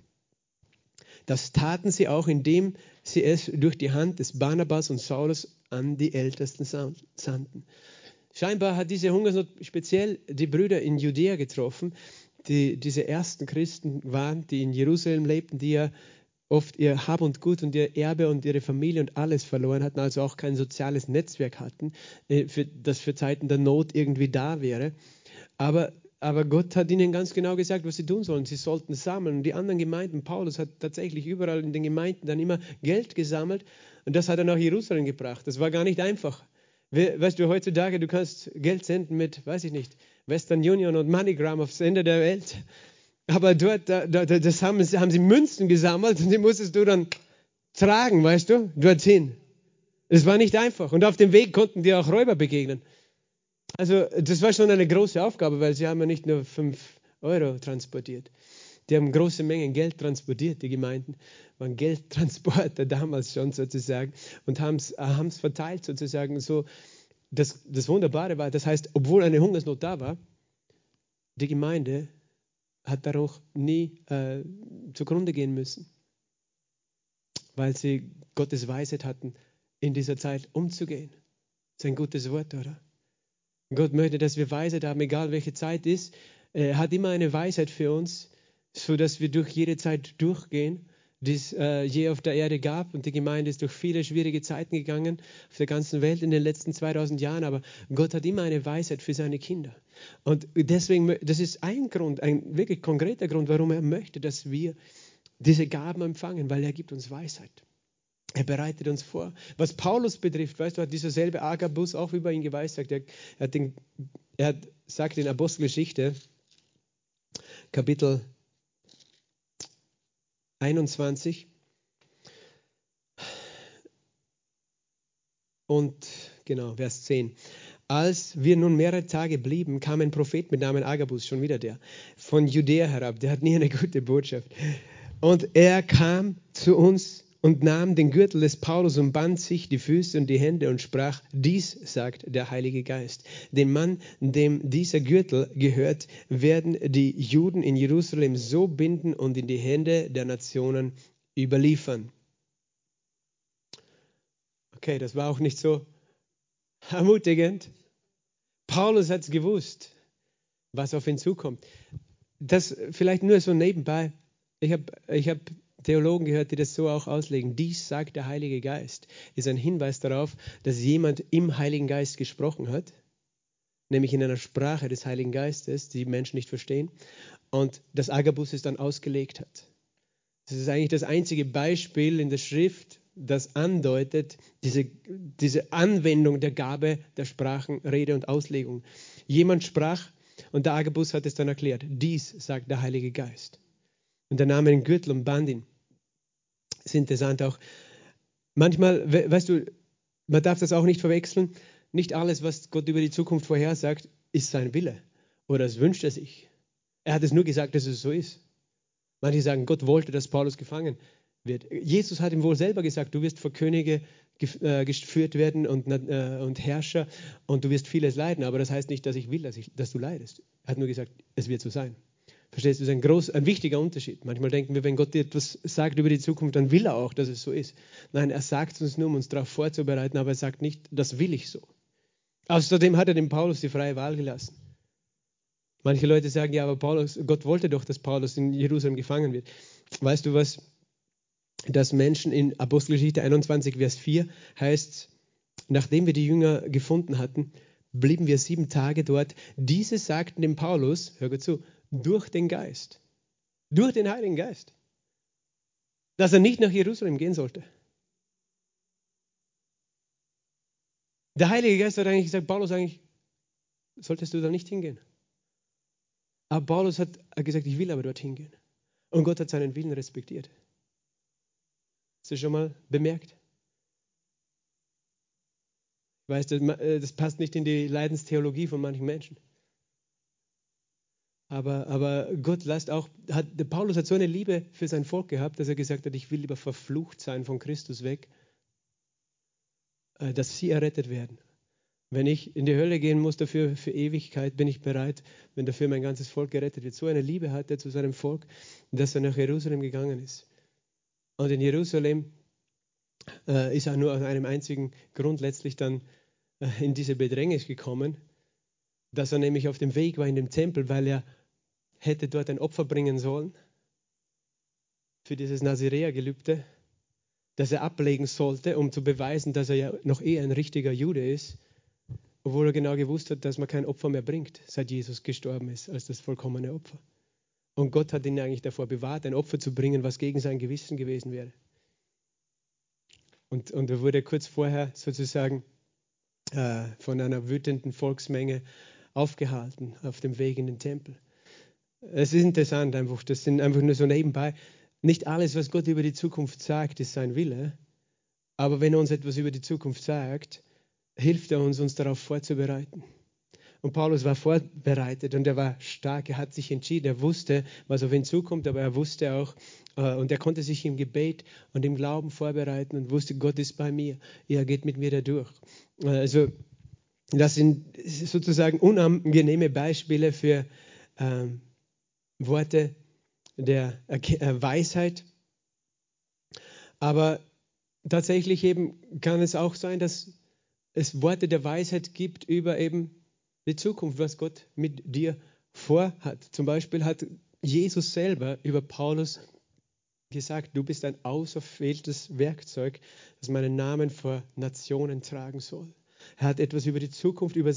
Das taten sie auch, indem sie es durch die Hand des Barnabas und Saulus an die Ältesten sandten. Scheinbar hat diese Hungersnot speziell die Brüder in Judäa getroffen, die diese ersten Christen waren, die in Jerusalem lebten, die ja oft ihr Hab und Gut und ihr Erbe und ihre Familie und alles verloren hatten, also auch kein soziales Netzwerk hatten, das für Zeiten der Not irgendwie da wäre. Aber Gott hat ihnen ganz genau gesagt, was sie tun sollen. Sie sollten sammeln. Und die anderen Gemeinden, Paulus hat tatsächlich überall in den Gemeinden dann immer Geld gesammelt und das hat er nach Jerusalem gebracht. Das war gar nicht einfach. Weißt du, heutzutage, du kannst Geld senden mit, weiß ich nicht, Western Union und MoneyGram aufs Ende der Welt. Aber dort haben sie Münzen gesammelt und die musstest du dann tragen, weißt du, dorthin. Es war nicht einfach. Und auf dem Weg konnten dir auch Räuber begegnen. Also das war schon eine große Aufgabe, weil sie haben ja nicht nur 5 Euro transportiert. Die haben große Mengen Geld transportiert, die Gemeinden waren Geldtransporter damals schon sozusagen und haben es verteilt sozusagen. So, das Wunderbare war, das heißt, obwohl eine Hungersnot da war, die Gemeinde hat dadurch nie zugrunde gehen müssen, weil sie Gottes Weisheit hatten, in dieser Zeit umzugehen. Das ist ein gutes Wort, oder? Gott möchte, dass wir Weisheit haben, egal welche Zeit ist. Er hat immer eine Weisheit für uns, sodass wir durch jede Zeit durchgehen, die es je auf der Erde gab. Und die Gemeinde ist durch viele schwierige Zeiten gegangen auf der ganzen Welt in den letzten 2000 Jahren. Aber Gott hat immer eine Weisheit für seine Kinder. Und deswegen, das ist ein Grund, ein wirklich konkreter Grund, warum er möchte, dass wir diese Gaben empfangen, weil er gibt uns Weisheit. Er bereitet uns vor. Was Paulus betrifft, weißt du, hat dieser selbe Agabus auch über ihn geweissagt. Er sagt in Apostelgeschichte, Kapitel 21 und genau, Vers 10. Als wir nun mehrere Tage blieben, kam ein Prophet mit Namen Agabus, schon wieder der, von Judäa herab. Der hat nie eine gute Botschaft. Und er kam zu uns und nahm den Gürtel des Paulus und band sich die Füße und die Hände und sprach, dies sagt der Heilige Geist. Dem Mann, dem dieser Gürtel gehört, werden die Juden in Jerusalem so binden und in die Hände der Nationen überliefern. Okay, das war auch nicht so ermutigend. Paulus hat es gewusst, was auf ihn zukommt. Das vielleicht nur so nebenbei. Ich hab Theologen gehört, die das so auch auslegen. Dies sagt der Heilige Geist. Ist ein Hinweis darauf, dass jemand im Heiligen Geist gesprochen hat, nämlich in einer Sprache des Heiligen Geistes, die Menschen nicht verstehen, und dass Agabus es dann ausgelegt hat. Das ist eigentlich das einzige Beispiel in der Schrift, das andeutet, diese Anwendung der Gabe der Sprachen, Rede und Auslegung. Jemand sprach und der Agabus hat es dann erklärt. Dies sagt der Heilige Geist. Und er nahm den Gürtel und band ihn. Das ist interessant auch. Manchmal, weißt du, man darf das auch nicht verwechseln. Nicht alles, was Gott über die Zukunft vorhersagt, ist sein Wille. Oder das wünscht er sich. Er hat es nur gesagt, dass es so ist. Manche sagen, Gott wollte, dass Paulus gefangen wird. Jesus hat ihm wohl selber gesagt, du wirst vor Könige geführt werden und Herrscher und du wirst vieles leiden. Aber das heißt nicht, dass ich will, dass du leidest. Er hat nur gesagt, es wird so sein. Verstehst du, das ist ein wichtiger Unterschied. Manchmal denken wir, wenn Gott dir etwas sagt über die Zukunft, dann will er auch, dass es so ist. Nein, er sagt es uns nur, um uns darauf vorzubereiten, aber er sagt nicht, das will ich so. Außerdem hat er dem Paulus die freie Wahl gelassen. Manche Leute sagen, ja, aber Gott wollte doch, dass Paulus in Jerusalem gefangen wird. Weißt du was? Dass Menschen in Apostelgeschichte 21, Vers 4 heißt, nachdem wir die Jünger gefunden hatten, blieben wir 7 Tage dort. Diese sagten dem Paulus, hör gut zu, durch den Geist, durch den Heiligen Geist, dass er nicht nach Jerusalem gehen sollte. Der Heilige Geist hat eigentlich gesagt, Paulus, eigentlich solltest du da nicht hingehen. Aber Paulus hat gesagt, ich will aber dorthin gehen. Und Gott hat seinen Willen respektiert. Hast du schon mal bemerkt? Weißt du, das passt nicht in die Leidenstheologie von manchen Menschen. Aber Gott der Paulus hat so eine Liebe für sein Volk gehabt, dass er gesagt hat, ich will lieber verflucht sein von Christus weg, dass sie errettet werden. Wenn ich in die Hölle gehen muss dafür für Ewigkeit, bin ich bereit, wenn dafür mein ganzes Volk gerettet wird. So eine Liebe hat er zu seinem Volk, dass er nach Jerusalem gegangen ist. Und in Jerusalem ist er nur aus einem einzigen Grund letztlich dann in diese Bedrängnis gekommen, dass er nämlich auf dem Weg war in den Tempel, weil er hätte dort ein Opfer bringen sollen für dieses Naziräer-Gelübde, das er ablegen sollte, um zu beweisen, dass er ja noch ein richtiger Jude ist, obwohl er genau gewusst hat, dass man kein Opfer mehr bringt, seit Jesus gestorben ist, als das vollkommene Opfer. Und Gott hat ihn eigentlich davor bewahrt, ein Opfer zu bringen, was gegen sein Gewissen gewesen wäre. Und er wurde kurz vorher sozusagen von einer wütenden Volksmenge aufgehalten auf dem Weg in den Tempel. Es ist interessant einfach, das sind einfach nur so nebenbei. Nicht alles, was Gott über die Zukunft sagt, ist sein Wille. Aber wenn er uns etwas über die Zukunft sagt, hilft er uns, uns darauf vorzubereiten. Und Paulus war vorbereitet und er war stark, er hat sich entschieden, er wusste, was auf ihn zukommt, aber er wusste auch, und er konnte sich im Gebet und im Glauben vorbereiten und wusste, Gott ist bei mir, er geht mit mir da durch. Also das sind sozusagen unangenehme Beispiele für Worte der Weisheit, aber tatsächlich eben kann es auch sein, dass es Worte der Weisheit gibt über eben die Zukunft, was Gott mit dir vorhat. Zum Beispiel hat Jesus selber über Paulus gesagt, du bist ein auserwähltes Werkzeug, das meinen Namen vor Nationen tragen soll. Er hat etwas über die Zukunft, über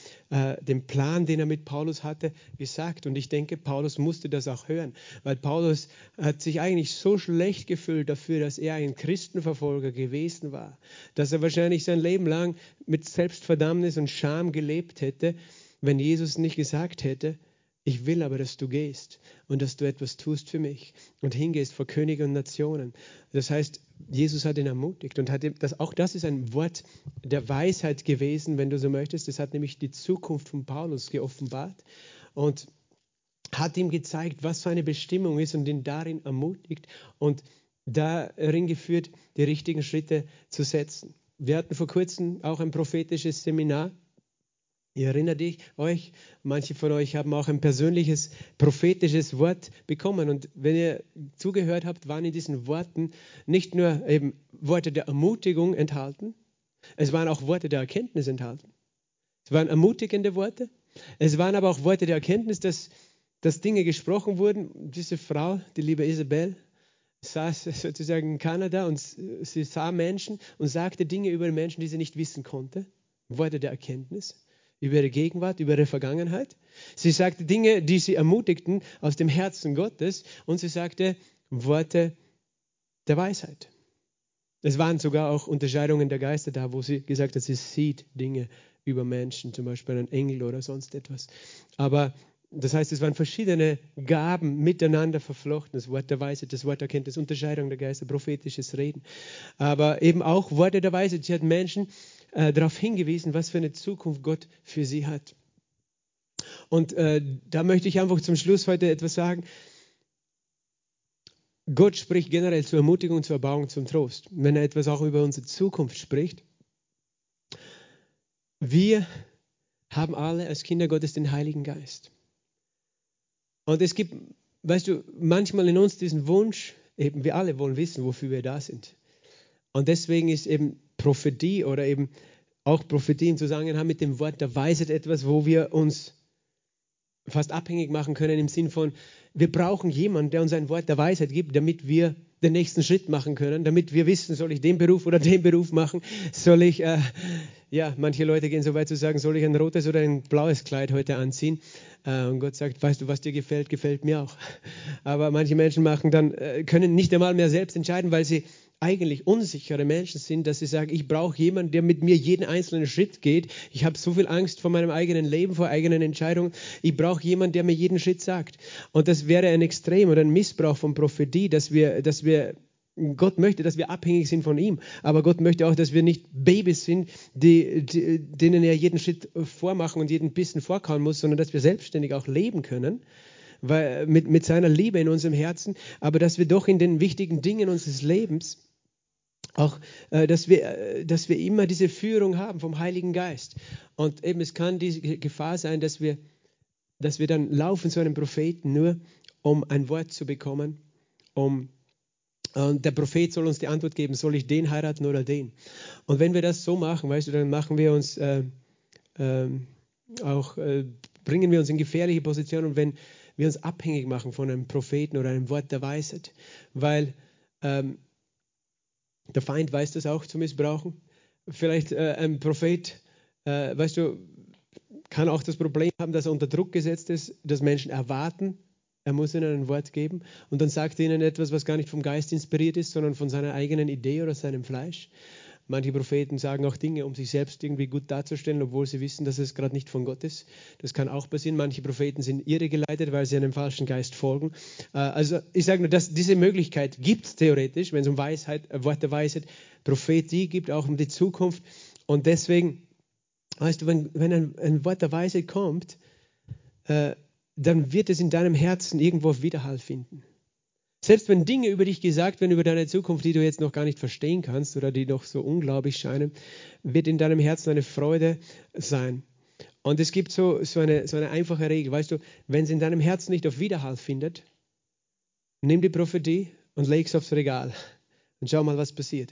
den Plan, den er mit Paulus hatte, gesagt. Und ich denke, Paulus musste das auch hören, weil Paulus hat sich eigentlich so schlecht gefühlt dafür, dass er ein Christenverfolger gewesen war, dass er wahrscheinlich sein Leben lang mit Selbstverdammnis und Scham gelebt hätte, wenn Jesus nicht gesagt hätte, ich will aber, dass du gehst und dass du etwas tust für mich und hingehst vor Könige und Nationen. Das heißt, Jesus hat ihn ermutigt und auch das ist ein Wort der Weisheit gewesen, wenn du so möchtest. Das hat nämlich die Zukunft von Paulus geoffenbart und hat ihm gezeigt, was seine Bestimmung ist und ihn darin ermutigt und darin geführt, die richtigen Schritte zu setzen. Wir hatten vor kurzem auch ein prophetisches Seminar. Ihr erinnert euch, manche von euch haben auch ein persönliches prophetisches Wort bekommen. Und wenn ihr zugehört habt, waren in diesen Worten nicht nur eben Worte der Ermutigung enthalten, es waren auch Worte der Erkenntnis enthalten. Es waren ermutigende Worte, es waren aber auch Worte der Erkenntnis, dass Dinge gesprochen wurden. Diese Frau, die liebe Isabel, saß sozusagen in Kanada und sie sah Menschen und sagte Dinge über Menschen, die sie nicht wissen konnte. Worte der Erkenntnis. Über ihre Gegenwart, über ihre Vergangenheit. Sie sagte Dinge, die sie ermutigten aus dem Herzen Gottes und sie sagte Worte der Weisheit. Es waren sogar auch Unterscheidungen der Geister da, wo sie gesagt hat, sie sieht Dinge über Menschen, zum Beispiel einen Engel oder sonst etwas. Aber das heißt, es waren verschiedene Gaben miteinander verflochten. Das Wort der Weisheit, das Wort der Erkenntnis, Unterscheidung der Geister, prophetisches Reden. Aber eben auch Worte der Weisheit. Sie hat Menschen darauf hingewiesen, was für eine Zukunft Gott für sie hat. Und da möchte ich einfach zum Schluss heute etwas sagen. Gott spricht generell zur Ermutigung, zur Erbauung, zum Trost. Wenn er etwas auch über unsere Zukunft spricht. Wir haben alle als Kinder Gottes den Heiligen Geist. Und es gibt, weißt du, manchmal in uns diesen Wunsch, eben wir alle wollen wissen, wofür wir da sind. Und deswegen ist eben Prophetie oder eben auch Prophetie im Zusammenhang mit dem Wort der Weisheit etwas, wo wir uns fast abhängig machen können im Sinn von, wir brauchen jemanden, der uns ein Wort der Weisheit gibt, damit wir den nächsten Schritt machen können, damit wir wissen, soll ich den Beruf oder den Beruf machen, soll ich, manche Leute gehen so weit zu sagen, soll ich ein rotes oder ein blaues Kleid heute anziehen? Und Gott sagt, weißt du, was dir gefällt, gefällt mir auch. Aber manche Menschen können nicht einmal mehr selbst entscheiden, weil sie eigentlich unsichere Menschen sind, dass sie sagen, ich brauche jemanden, der mit mir jeden einzelnen Schritt geht. Ich habe so viel Angst vor meinem eigenen Leben, vor eigenen Entscheidungen. Ich brauche jemanden, der mir jeden Schritt sagt. Und das wäre ein Extrem oder ein Missbrauch von Prophetie, Gott möchte, dass wir abhängig sind von ihm, aber Gott möchte auch, dass wir nicht Babys sind, denen er jeden Schritt vormachen und jeden Bissen vorkauen muss, sondern dass wir selbstständig auch leben können, weil, mit seiner Liebe in unserem Herzen, aber dass wir doch in den wichtigen Dingen unseres Lebens auch, dass wir immer diese Führung haben vom Heiligen Geist. Und eben es kann die Gefahr sein, dass wir dann laufen zu einem Propheten nur, um ein Wort zu bekommen, und der Prophet soll uns die Antwort geben, soll ich den heiraten oder den? Und wenn wir das so machen, weißt du, dann machen wir uns bringen wir uns in gefährliche Positionen, und wenn wir uns abhängig machen von einem Propheten oder einem Wort der Weisheit, weil der Feind weiß das auch zu missbrauchen. Vielleicht ein Prophet, weißt du, kann auch das Problem haben, dass er unter Druck gesetzt ist, dass Menschen erwarten, er muss ihnen ein Wort geben und dann sagt er ihnen etwas, was gar nicht vom Geist inspiriert ist, sondern von seiner eigenen Idee oder seinem Fleisch. Manche Propheten sagen auch Dinge, um sich selbst irgendwie gut darzustellen, obwohl sie wissen, dass es gerade nicht von Gott ist. Das kann auch passieren. Manche Propheten sind irregeleitet, weil sie einem falschen Geist folgen. Also ich sage nur, dass diese Möglichkeit gibt es theoretisch, wenn es um Wort der Weisheit, Prophetie gibt, auch um die Zukunft. Und deswegen, weißt du, wenn ein Wort der Weisheit kommt, dann wird es in deinem Herzen irgendwo auf Widerhall finden. Selbst wenn Dinge über dich gesagt werden, über deine Zukunft, die du jetzt noch gar nicht verstehen kannst oder die noch so unglaublich scheinen, wird in deinem Herzen eine Freude sein. Und es gibt so eine einfache Regel, weißt du, wenn es in deinem Herzen nicht auf Widerhall findet, nimm die Prophetie und leg es aufs Regal und schau mal, was passiert.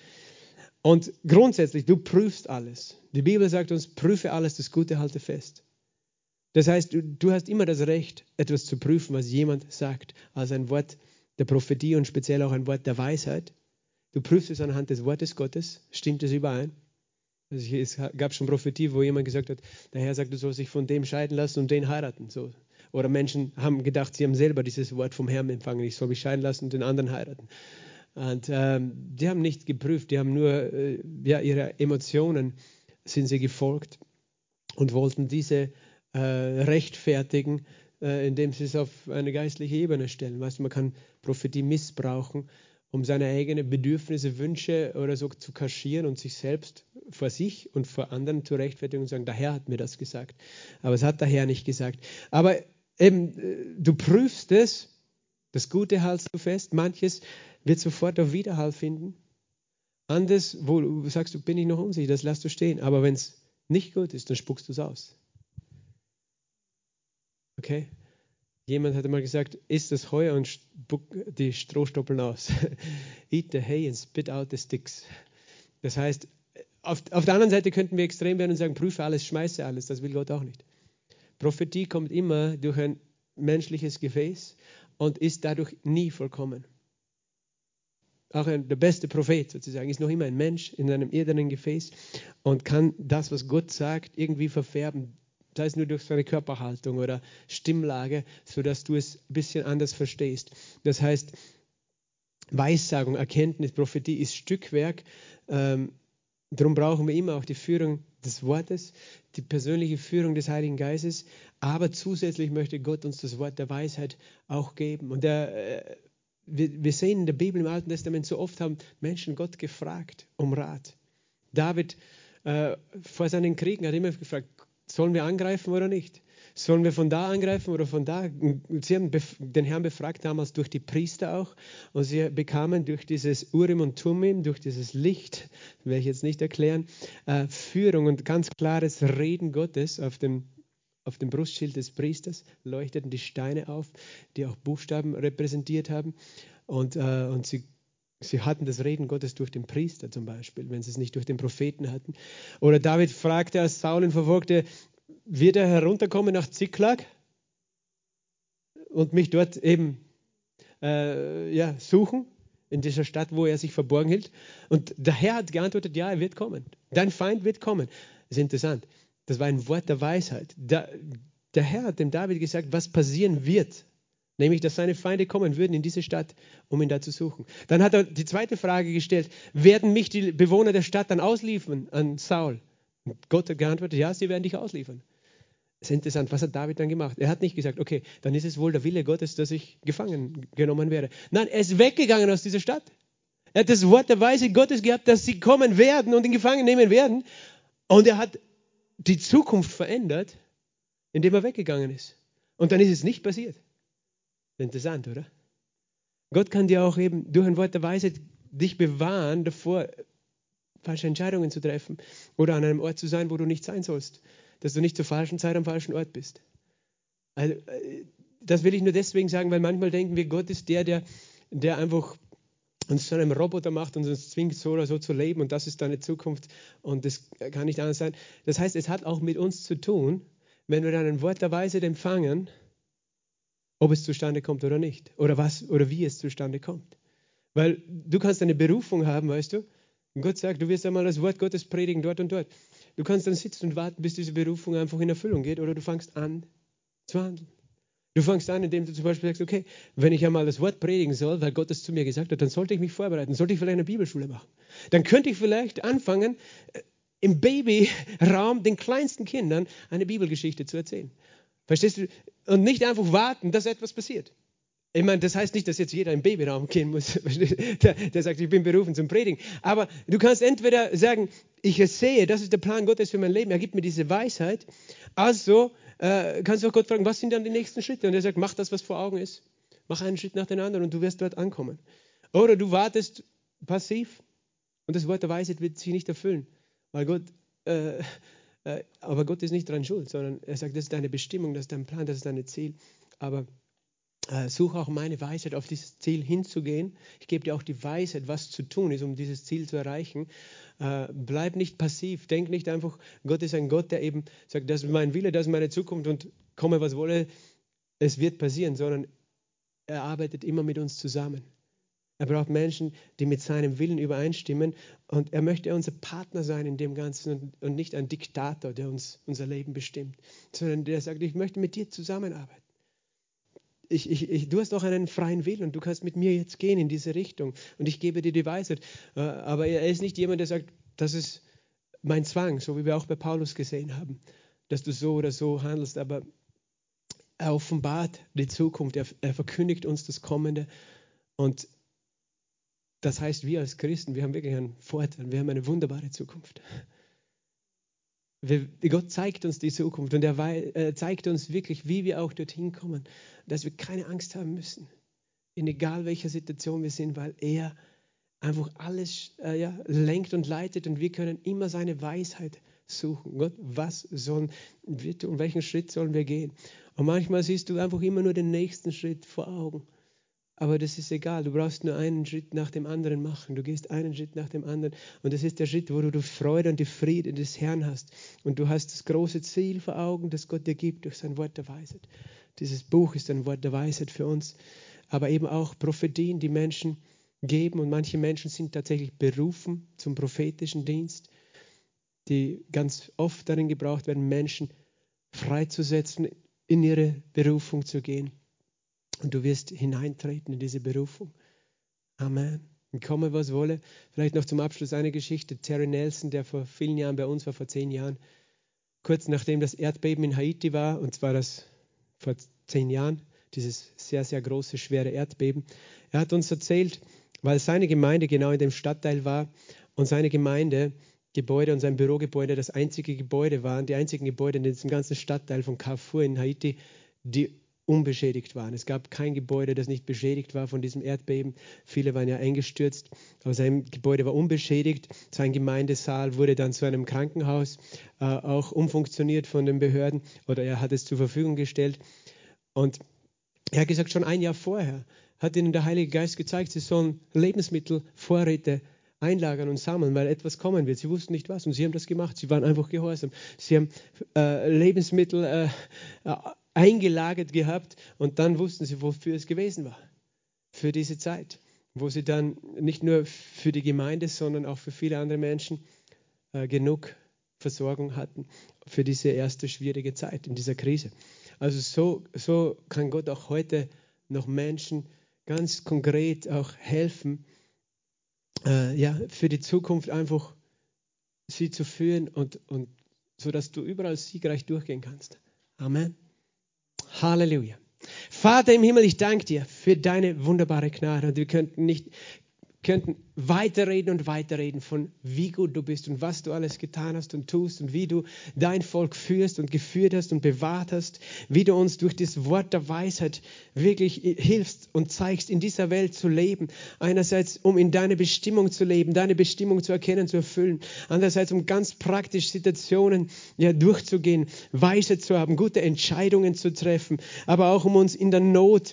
Und grundsätzlich, du prüfst alles. Die Bibel sagt uns, prüfe alles, das Gute halte fest. Das heißt, du hast immer das Recht, etwas zu prüfen, was jemand sagt, als ein Wort der Prophetie und speziell auch ein Wort der Weisheit. Du prüfst es anhand des Wortes Gottes. Stimmt es überein? Also es gab schon Prophetie, wo jemand gesagt hat, der Herr sagt, du sollst dich von dem scheiden lassen und den heiraten. So. Oder Menschen haben gedacht, sie haben selber dieses Wort vom Herrn empfangen, ich soll mich scheiden lassen und den anderen heiraten. Und die haben nicht geprüft, die haben nur ihre Emotionen sind sie gefolgt und wollten diese rechtfertigen, indem sie es auf eine geistliche Ebene stellen. Weißt du, man kann Prophetie missbrauchen, um seine eigenen Bedürfnisse, Wünsche oder so zu kaschieren und sich selbst vor sich und vor anderen zu rechtfertigen und sagen, der Herr hat mir das gesagt. Aber es hat der Herr nicht gesagt. Aber eben, du prüfst es, das Gute hältst du fest, manches wird sofort auf Widerhall finden. Anderes, wo du sagst, du bin ich noch unsicher, das lässt du stehen. Aber wenn es nicht gut ist, dann spuckst du es aus. Okay? Jemand hat mal gesagt, iss das Heu und spuck die Strohstoppeln aus. Eat the hay and spit out the sticks. Das heißt, auf der anderen Seite könnten wir extrem werden und sagen, prüfe alles, schmeiße alles. Das will Gott auch nicht. Prophetie kommt immer durch ein menschliches Gefäß und ist dadurch nie vollkommen. Auch der beste Prophet sozusagen ist noch immer ein Mensch in einem irdenen Gefäß und kann das, was Gott sagt, irgendwie verfärben. Sei es nur durch seine Körperhaltung oder Stimmlage, sodass du es ein bisschen anders verstehst. Das heißt, Weissagung, Erkenntnis, Prophetie ist Stückwerk. Darum brauchen wir immer auch die Führung des Wortes, die persönliche Führung des Heiligen Geistes. Aber zusätzlich möchte Gott uns das Wort der Weisheit auch geben. Und wir sehen in der Bibel im Alten Testament, so oft haben Menschen Gott gefragt um Rat. David vor seinen Kriegen hat immer gefragt, sollen wir angreifen oder nicht? Sollen wir von da angreifen oder von da? Sie haben den Herrn befragt, damals durch die Priester auch. Und sie bekamen durch dieses Urim und Tumim, durch dieses Licht, werde ich jetzt nicht erklären, Führung und ganz klares Reden Gottes auf auf dem Brustschild des Priesters leuchteten die Steine auf, die auch Buchstaben repräsentiert haben. Und sie hatten das Reden Gottes durch den Priester zum Beispiel, wenn sie es nicht durch den Propheten hatten. Oder David fragte, als Saul ihn verfolgte, wird er herunterkommen nach Ziklag und mich dort eben suchen, in dieser Stadt, wo er sich verborgen hielt. Und der Herr hat geantwortet, ja, er wird kommen. Dein Feind wird kommen. Das ist interessant. Das war ein Wort der Weisheit. Der Herr hat dem David gesagt, was passieren wird. Nämlich, dass seine Feinde kommen würden in diese Stadt, um ihn da zu suchen. Dann hat er die zweite Frage gestellt, werden mich die Bewohner der Stadt dann ausliefern an Saul? Und Gott hat geantwortet, ja, sie werden dich ausliefern. Das ist interessant, was hat David dann gemacht? Er hat nicht gesagt, okay, dann ist es wohl der Wille Gottes, dass ich gefangen genommen werde. Nein, er ist weggegangen aus dieser Stadt. Er hat das Wort der Weisheit Gottes gehabt, dass sie kommen werden und ihn gefangen nehmen werden. Und er hat die Zukunft verändert, indem er weggegangen ist. Und dann ist es nicht passiert. Interessant, oder? Gott kann dir auch eben durch ein Wort der Weisheit dich bewahren davor, falsche Entscheidungen zu treffen oder an einem Ort zu sein, wo du nicht sein sollst. Dass du nicht zur falschen Zeit am falschen Ort bist. Also, das will ich nur deswegen sagen, weil manchmal denken wir, Gott ist der einfach uns zu einem Roboter macht und uns zwingt, so oder so zu leben und das ist deine Zukunft und das kann nicht anders sein. Das heißt, es hat auch mit uns zu tun, wenn wir dann ein Wort der Weisheit empfangen, ob es zustande kommt oder nicht. Oder was oder wie es zustande kommt. Weil du kannst eine Berufung haben, weißt du? Und Gott sagt, du wirst einmal das Wort Gottes predigen dort und dort. Du kannst dann sitzen und warten, bis diese Berufung einfach in Erfüllung geht oder du fängst an zu handeln. Du fängst an, indem du zum Beispiel sagst, okay, wenn ich einmal das Wort predigen soll, weil Gott es zu mir gesagt hat, dann sollte ich mich vorbereiten, sollte ich vielleicht eine Bibelschule machen. Dann könnte ich vielleicht anfangen, im Babyraum den kleinsten Kindern eine Bibelgeschichte zu erzählen. Verstehst du? Und nicht einfach warten, dass etwas passiert. Ich meine, das heißt nicht, dass jetzt jeder im Babyraum gehen muss, der sagt, ich bin berufen zum Predigen. Aber du kannst entweder sagen, ich sehe, das ist der Plan Gottes für mein Leben, er gibt mir diese Weisheit. Also kannst du auch Gott fragen, was sind dann die nächsten Schritte? Und er sagt, mach das, was vor Augen ist. Mach einen Schritt nach dem anderen und du wirst dort ankommen. Oder du wartest passiv und das Wort der Weisheit wird sich nicht erfüllen. Weil aber Gott ist nicht daran schuld, sondern er sagt, das ist deine Bestimmung, das ist dein Plan, das ist dein Ziel. Aber suche auch meine Weisheit, auf dieses Ziel hinzugehen. Ich gebe dir auch die Weisheit, was zu tun ist, um dieses Ziel zu erreichen. Bleib nicht passiv. Denk nicht einfach, Gott ist ein Gott, der eben sagt, das ist mein Wille, das ist meine Zukunft und komme, was wolle, es wird passieren, sondern er arbeitet immer mit uns zusammen. Er braucht Menschen, die mit seinem Willen übereinstimmen und er möchte unser Partner sein in dem Ganzen und nicht ein Diktator, der uns unser Leben bestimmt, sondern der sagt, ich möchte mit dir zusammenarbeiten. Du hast auch einen freien Willen und du kannst mit mir jetzt gehen in diese Richtung und ich gebe dir die Weisheit. Aber er ist nicht jemand, der sagt, das ist mein Zwang, so wie wir auch bei Paulus gesehen haben, dass du so oder so handelst. Aber er offenbart die Zukunft, er verkündigt uns das Kommende und das heißt, wir als Christen, wir haben wirklich einen Vorteil, wir haben eine wunderbare Zukunft. Gott zeigt uns die Zukunft und er zeigt uns wirklich, wie wir auch dorthin kommen, dass wir keine Angst haben müssen, in egal welcher Situation wir sind, weil er einfach alles lenkt und leitet und wir können immer seine Weisheit suchen. Gott, was sollen wir tun? Welchen Schritt sollen wir gehen? Und manchmal siehst du einfach immer nur den nächsten Schritt vor Augen. Aber das ist egal, du brauchst nur einen Schritt nach dem anderen machen. Du gehst einen Schritt nach dem anderen und das ist der Schritt, wo du die Freude und die Friede des Herrn hast. Und du hast das große Ziel vor Augen, das Gott dir gibt durch sein Wort der Weisheit. Dieses Buch ist ein Wort der Weisheit für uns, aber eben auch Prophetien, die Menschen geben und manche Menschen sind tatsächlich berufen zum prophetischen Dienst, die ganz oft darin gebraucht werden, Menschen freizusetzen, in ihre Berufung zu gehen. Und du wirst hineintreten in diese Berufung. Amen. Und komme, was wolle. Vielleicht noch zum Abschluss eine Geschichte. Terry Nelson, der vor vielen Jahren bei uns war, vor 10 Jahren, kurz nachdem das Erdbeben in Haiti war, und zwar das vor 10 Jahren, dieses sehr, sehr große, schwere Erdbeben. Er hat uns erzählt, weil seine Gemeinde genau in dem Stadtteil war und seine Gemeindegebäude und sein Bürogebäude das einzige Gebäude waren, die einzigen Gebäude in diesem ganzen Stadtteil von Carrefour in Haiti, die unbeschädigt waren. Es gab kein Gebäude, das nicht beschädigt war von diesem Erdbeben. Viele waren ja eingestürzt, aber sein Gebäude war unbeschädigt. Sein Gemeindesaal wurde dann zu einem Krankenhaus, auch umfunktioniert von den Behörden, oder er hat es zur Verfügung gestellt. Und er hat gesagt, schon ein Jahr vorher hat ihnen der Heilige Geist gezeigt, sie sollen Lebensmittelvorräte einlagern und sammeln, weil etwas kommen wird. Sie wussten nicht was und sie haben das gemacht. Sie waren einfach gehorsam. Sie haben Lebensmittel eingelagert gehabt und dann wussten sie, wofür es gewesen war. Für diese Zeit, wo sie dann nicht nur für die Gemeinde, sondern auch für viele andere Menschen genug Versorgung hatten für diese erste schwierige Zeit in dieser Krise. Also so kann Gott auch heute noch Menschen ganz konkret auch helfen, für die Zukunft einfach sie zu führen und so, dass du überall siegreich durchgehen kannst. Amen. Halleluja. Vater im Himmel, ich danke dir für deine wunderbare Gnade. Und wir könnten weiterreden von wie gut du bist und was du alles getan hast und tust und wie du dein Volk führst und geführt hast und bewahrt hast, wie du uns durch das Wort der Weisheit wirklich hilfst und zeigst, in dieser Welt zu leben. Einerseits, um in deine Bestimmung zu leben, deine Bestimmung zu erkennen, zu erfüllen. Andererseits, um ganz praktisch Situationen durchzugehen, Weisheit zu haben, gute Entscheidungen zu treffen, aber auch um uns in der Not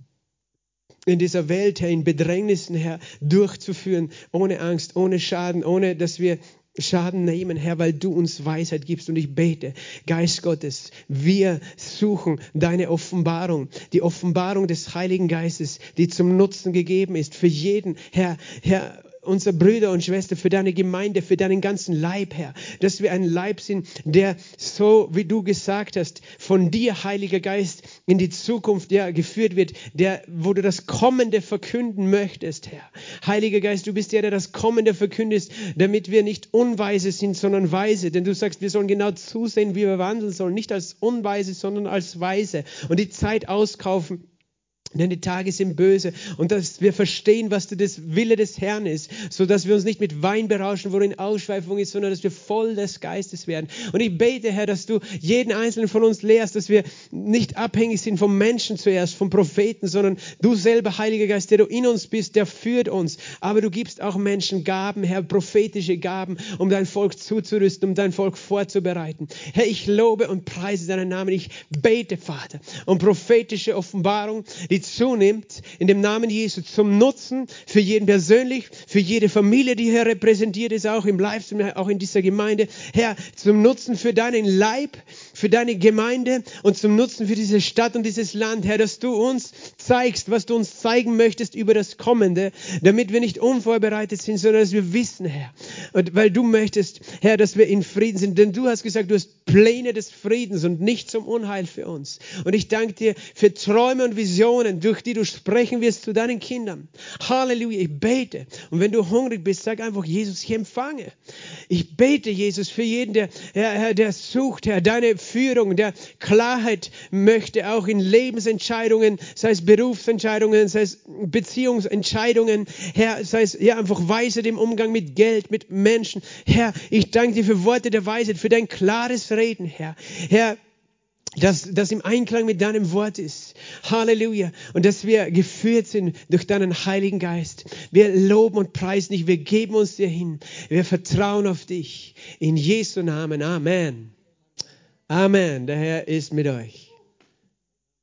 in dieser Welt, Herr, in Bedrängnissen, Herr, durchzuführen, ohne Angst, ohne Schaden, ohne dass wir Schaden nehmen, Herr, weil du uns Weisheit gibst. Und ich bete, Geist Gottes, wir suchen deine Offenbarung, die Offenbarung des Heiligen Geistes, die zum Nutzen gegeben ist für jeden, Herr, unsere Brüder und Schwestern, für deine Gemeinde, für deinen ganzen Leib, Herr, dass wir ein Leib sind, der so, wie du gesagt hast, von dir, Heiliger Geist, in die Zukunft geführt wird, wo du das Kommende verkünden möchtest, Herr. Heiliger Geist, du bist der das Kommende verkündest, damit wir nicht unweise sind, sondern weise, denn du sagst, wir sollen genau zusehen, wie wir wandeln sollen, nicht als Unweise, sondern als Weise und die Zeit auskaufen. Denn die Tage sind böse und dass wir verstehen, was das Wille des Herrn ist, so dass wir uns nicht mit Wein berauschen, worin Ausschweifung ist, sondern dass wir voll des Geistes werden. Und ich bete, Herr, dass du jeden einzelnen von uns lehrst, dass wir nicht abhängig sind vom Menschen zuerst, vom Propheten, sondern du selber, Heiliger Geist, der du in uns bist, der führt uns. Aber du gibst auch Menschen Gaben, Herr, prophetische Gaben, um dein Volk zuzurüsten, um dein Volk vorzubereiten. Herr, ich lobe und preise deinen Namen. Ich bete, Vater, um prophetische Offenbarung, die zunimmt, in dem Namen Jesu, zum Nutzen für jeden persönlich, für jede Familie, die hier repräsentiert ist, auch im Livestream, auch in dieser Gemeinde. Herr, zum Nutzen für deinen Leib, für deine Gemeinde und zum Nutzen für diese Stadt und dieses Land. Herr, dass du uns zeigst, was du uns zeigen möchtest über das Kommende, damit wir nicht unvorbereitet sind, sondern dass wir wissen, Herr. Und weil du möchtest, Herr, dass wir in Frieden sind. Denn du hast gesagt, du hast Pläne des Friedens und nicht zum Unheil für uns. Und ich danke dir für Träume und Visionen, durch die du sprechen wirst zu deinen Kindern. Halleluja, ich bete. Und wenn du hungrig bist, sag einfach, Jesus, ich empfange. Ich bete, Jesus, für jeden, der sucht, Herr, deine Führung, der Klarheit möchte, auch in Lebensentscheidungen, sei es Berufsentscheidungen, sei es Beziehungsentscheidungen, Herr, sei es einfach Weisheit im Umgang mit Geld, mit Menschen. Herr, ich danke dir für Worte der Weisheit, für dein klares Reden, Herr. Herr, das im Einklang mit deinem Wort ist. Halleluja. Und dass wir geführt sind durch deinen Heiligen Geist. Wir loben und preisen dich. Wir geben uns dir hin. Wir vertrauen auf dich. In Jesu Namen. Amen. Amen. Der Herr ist mit euch.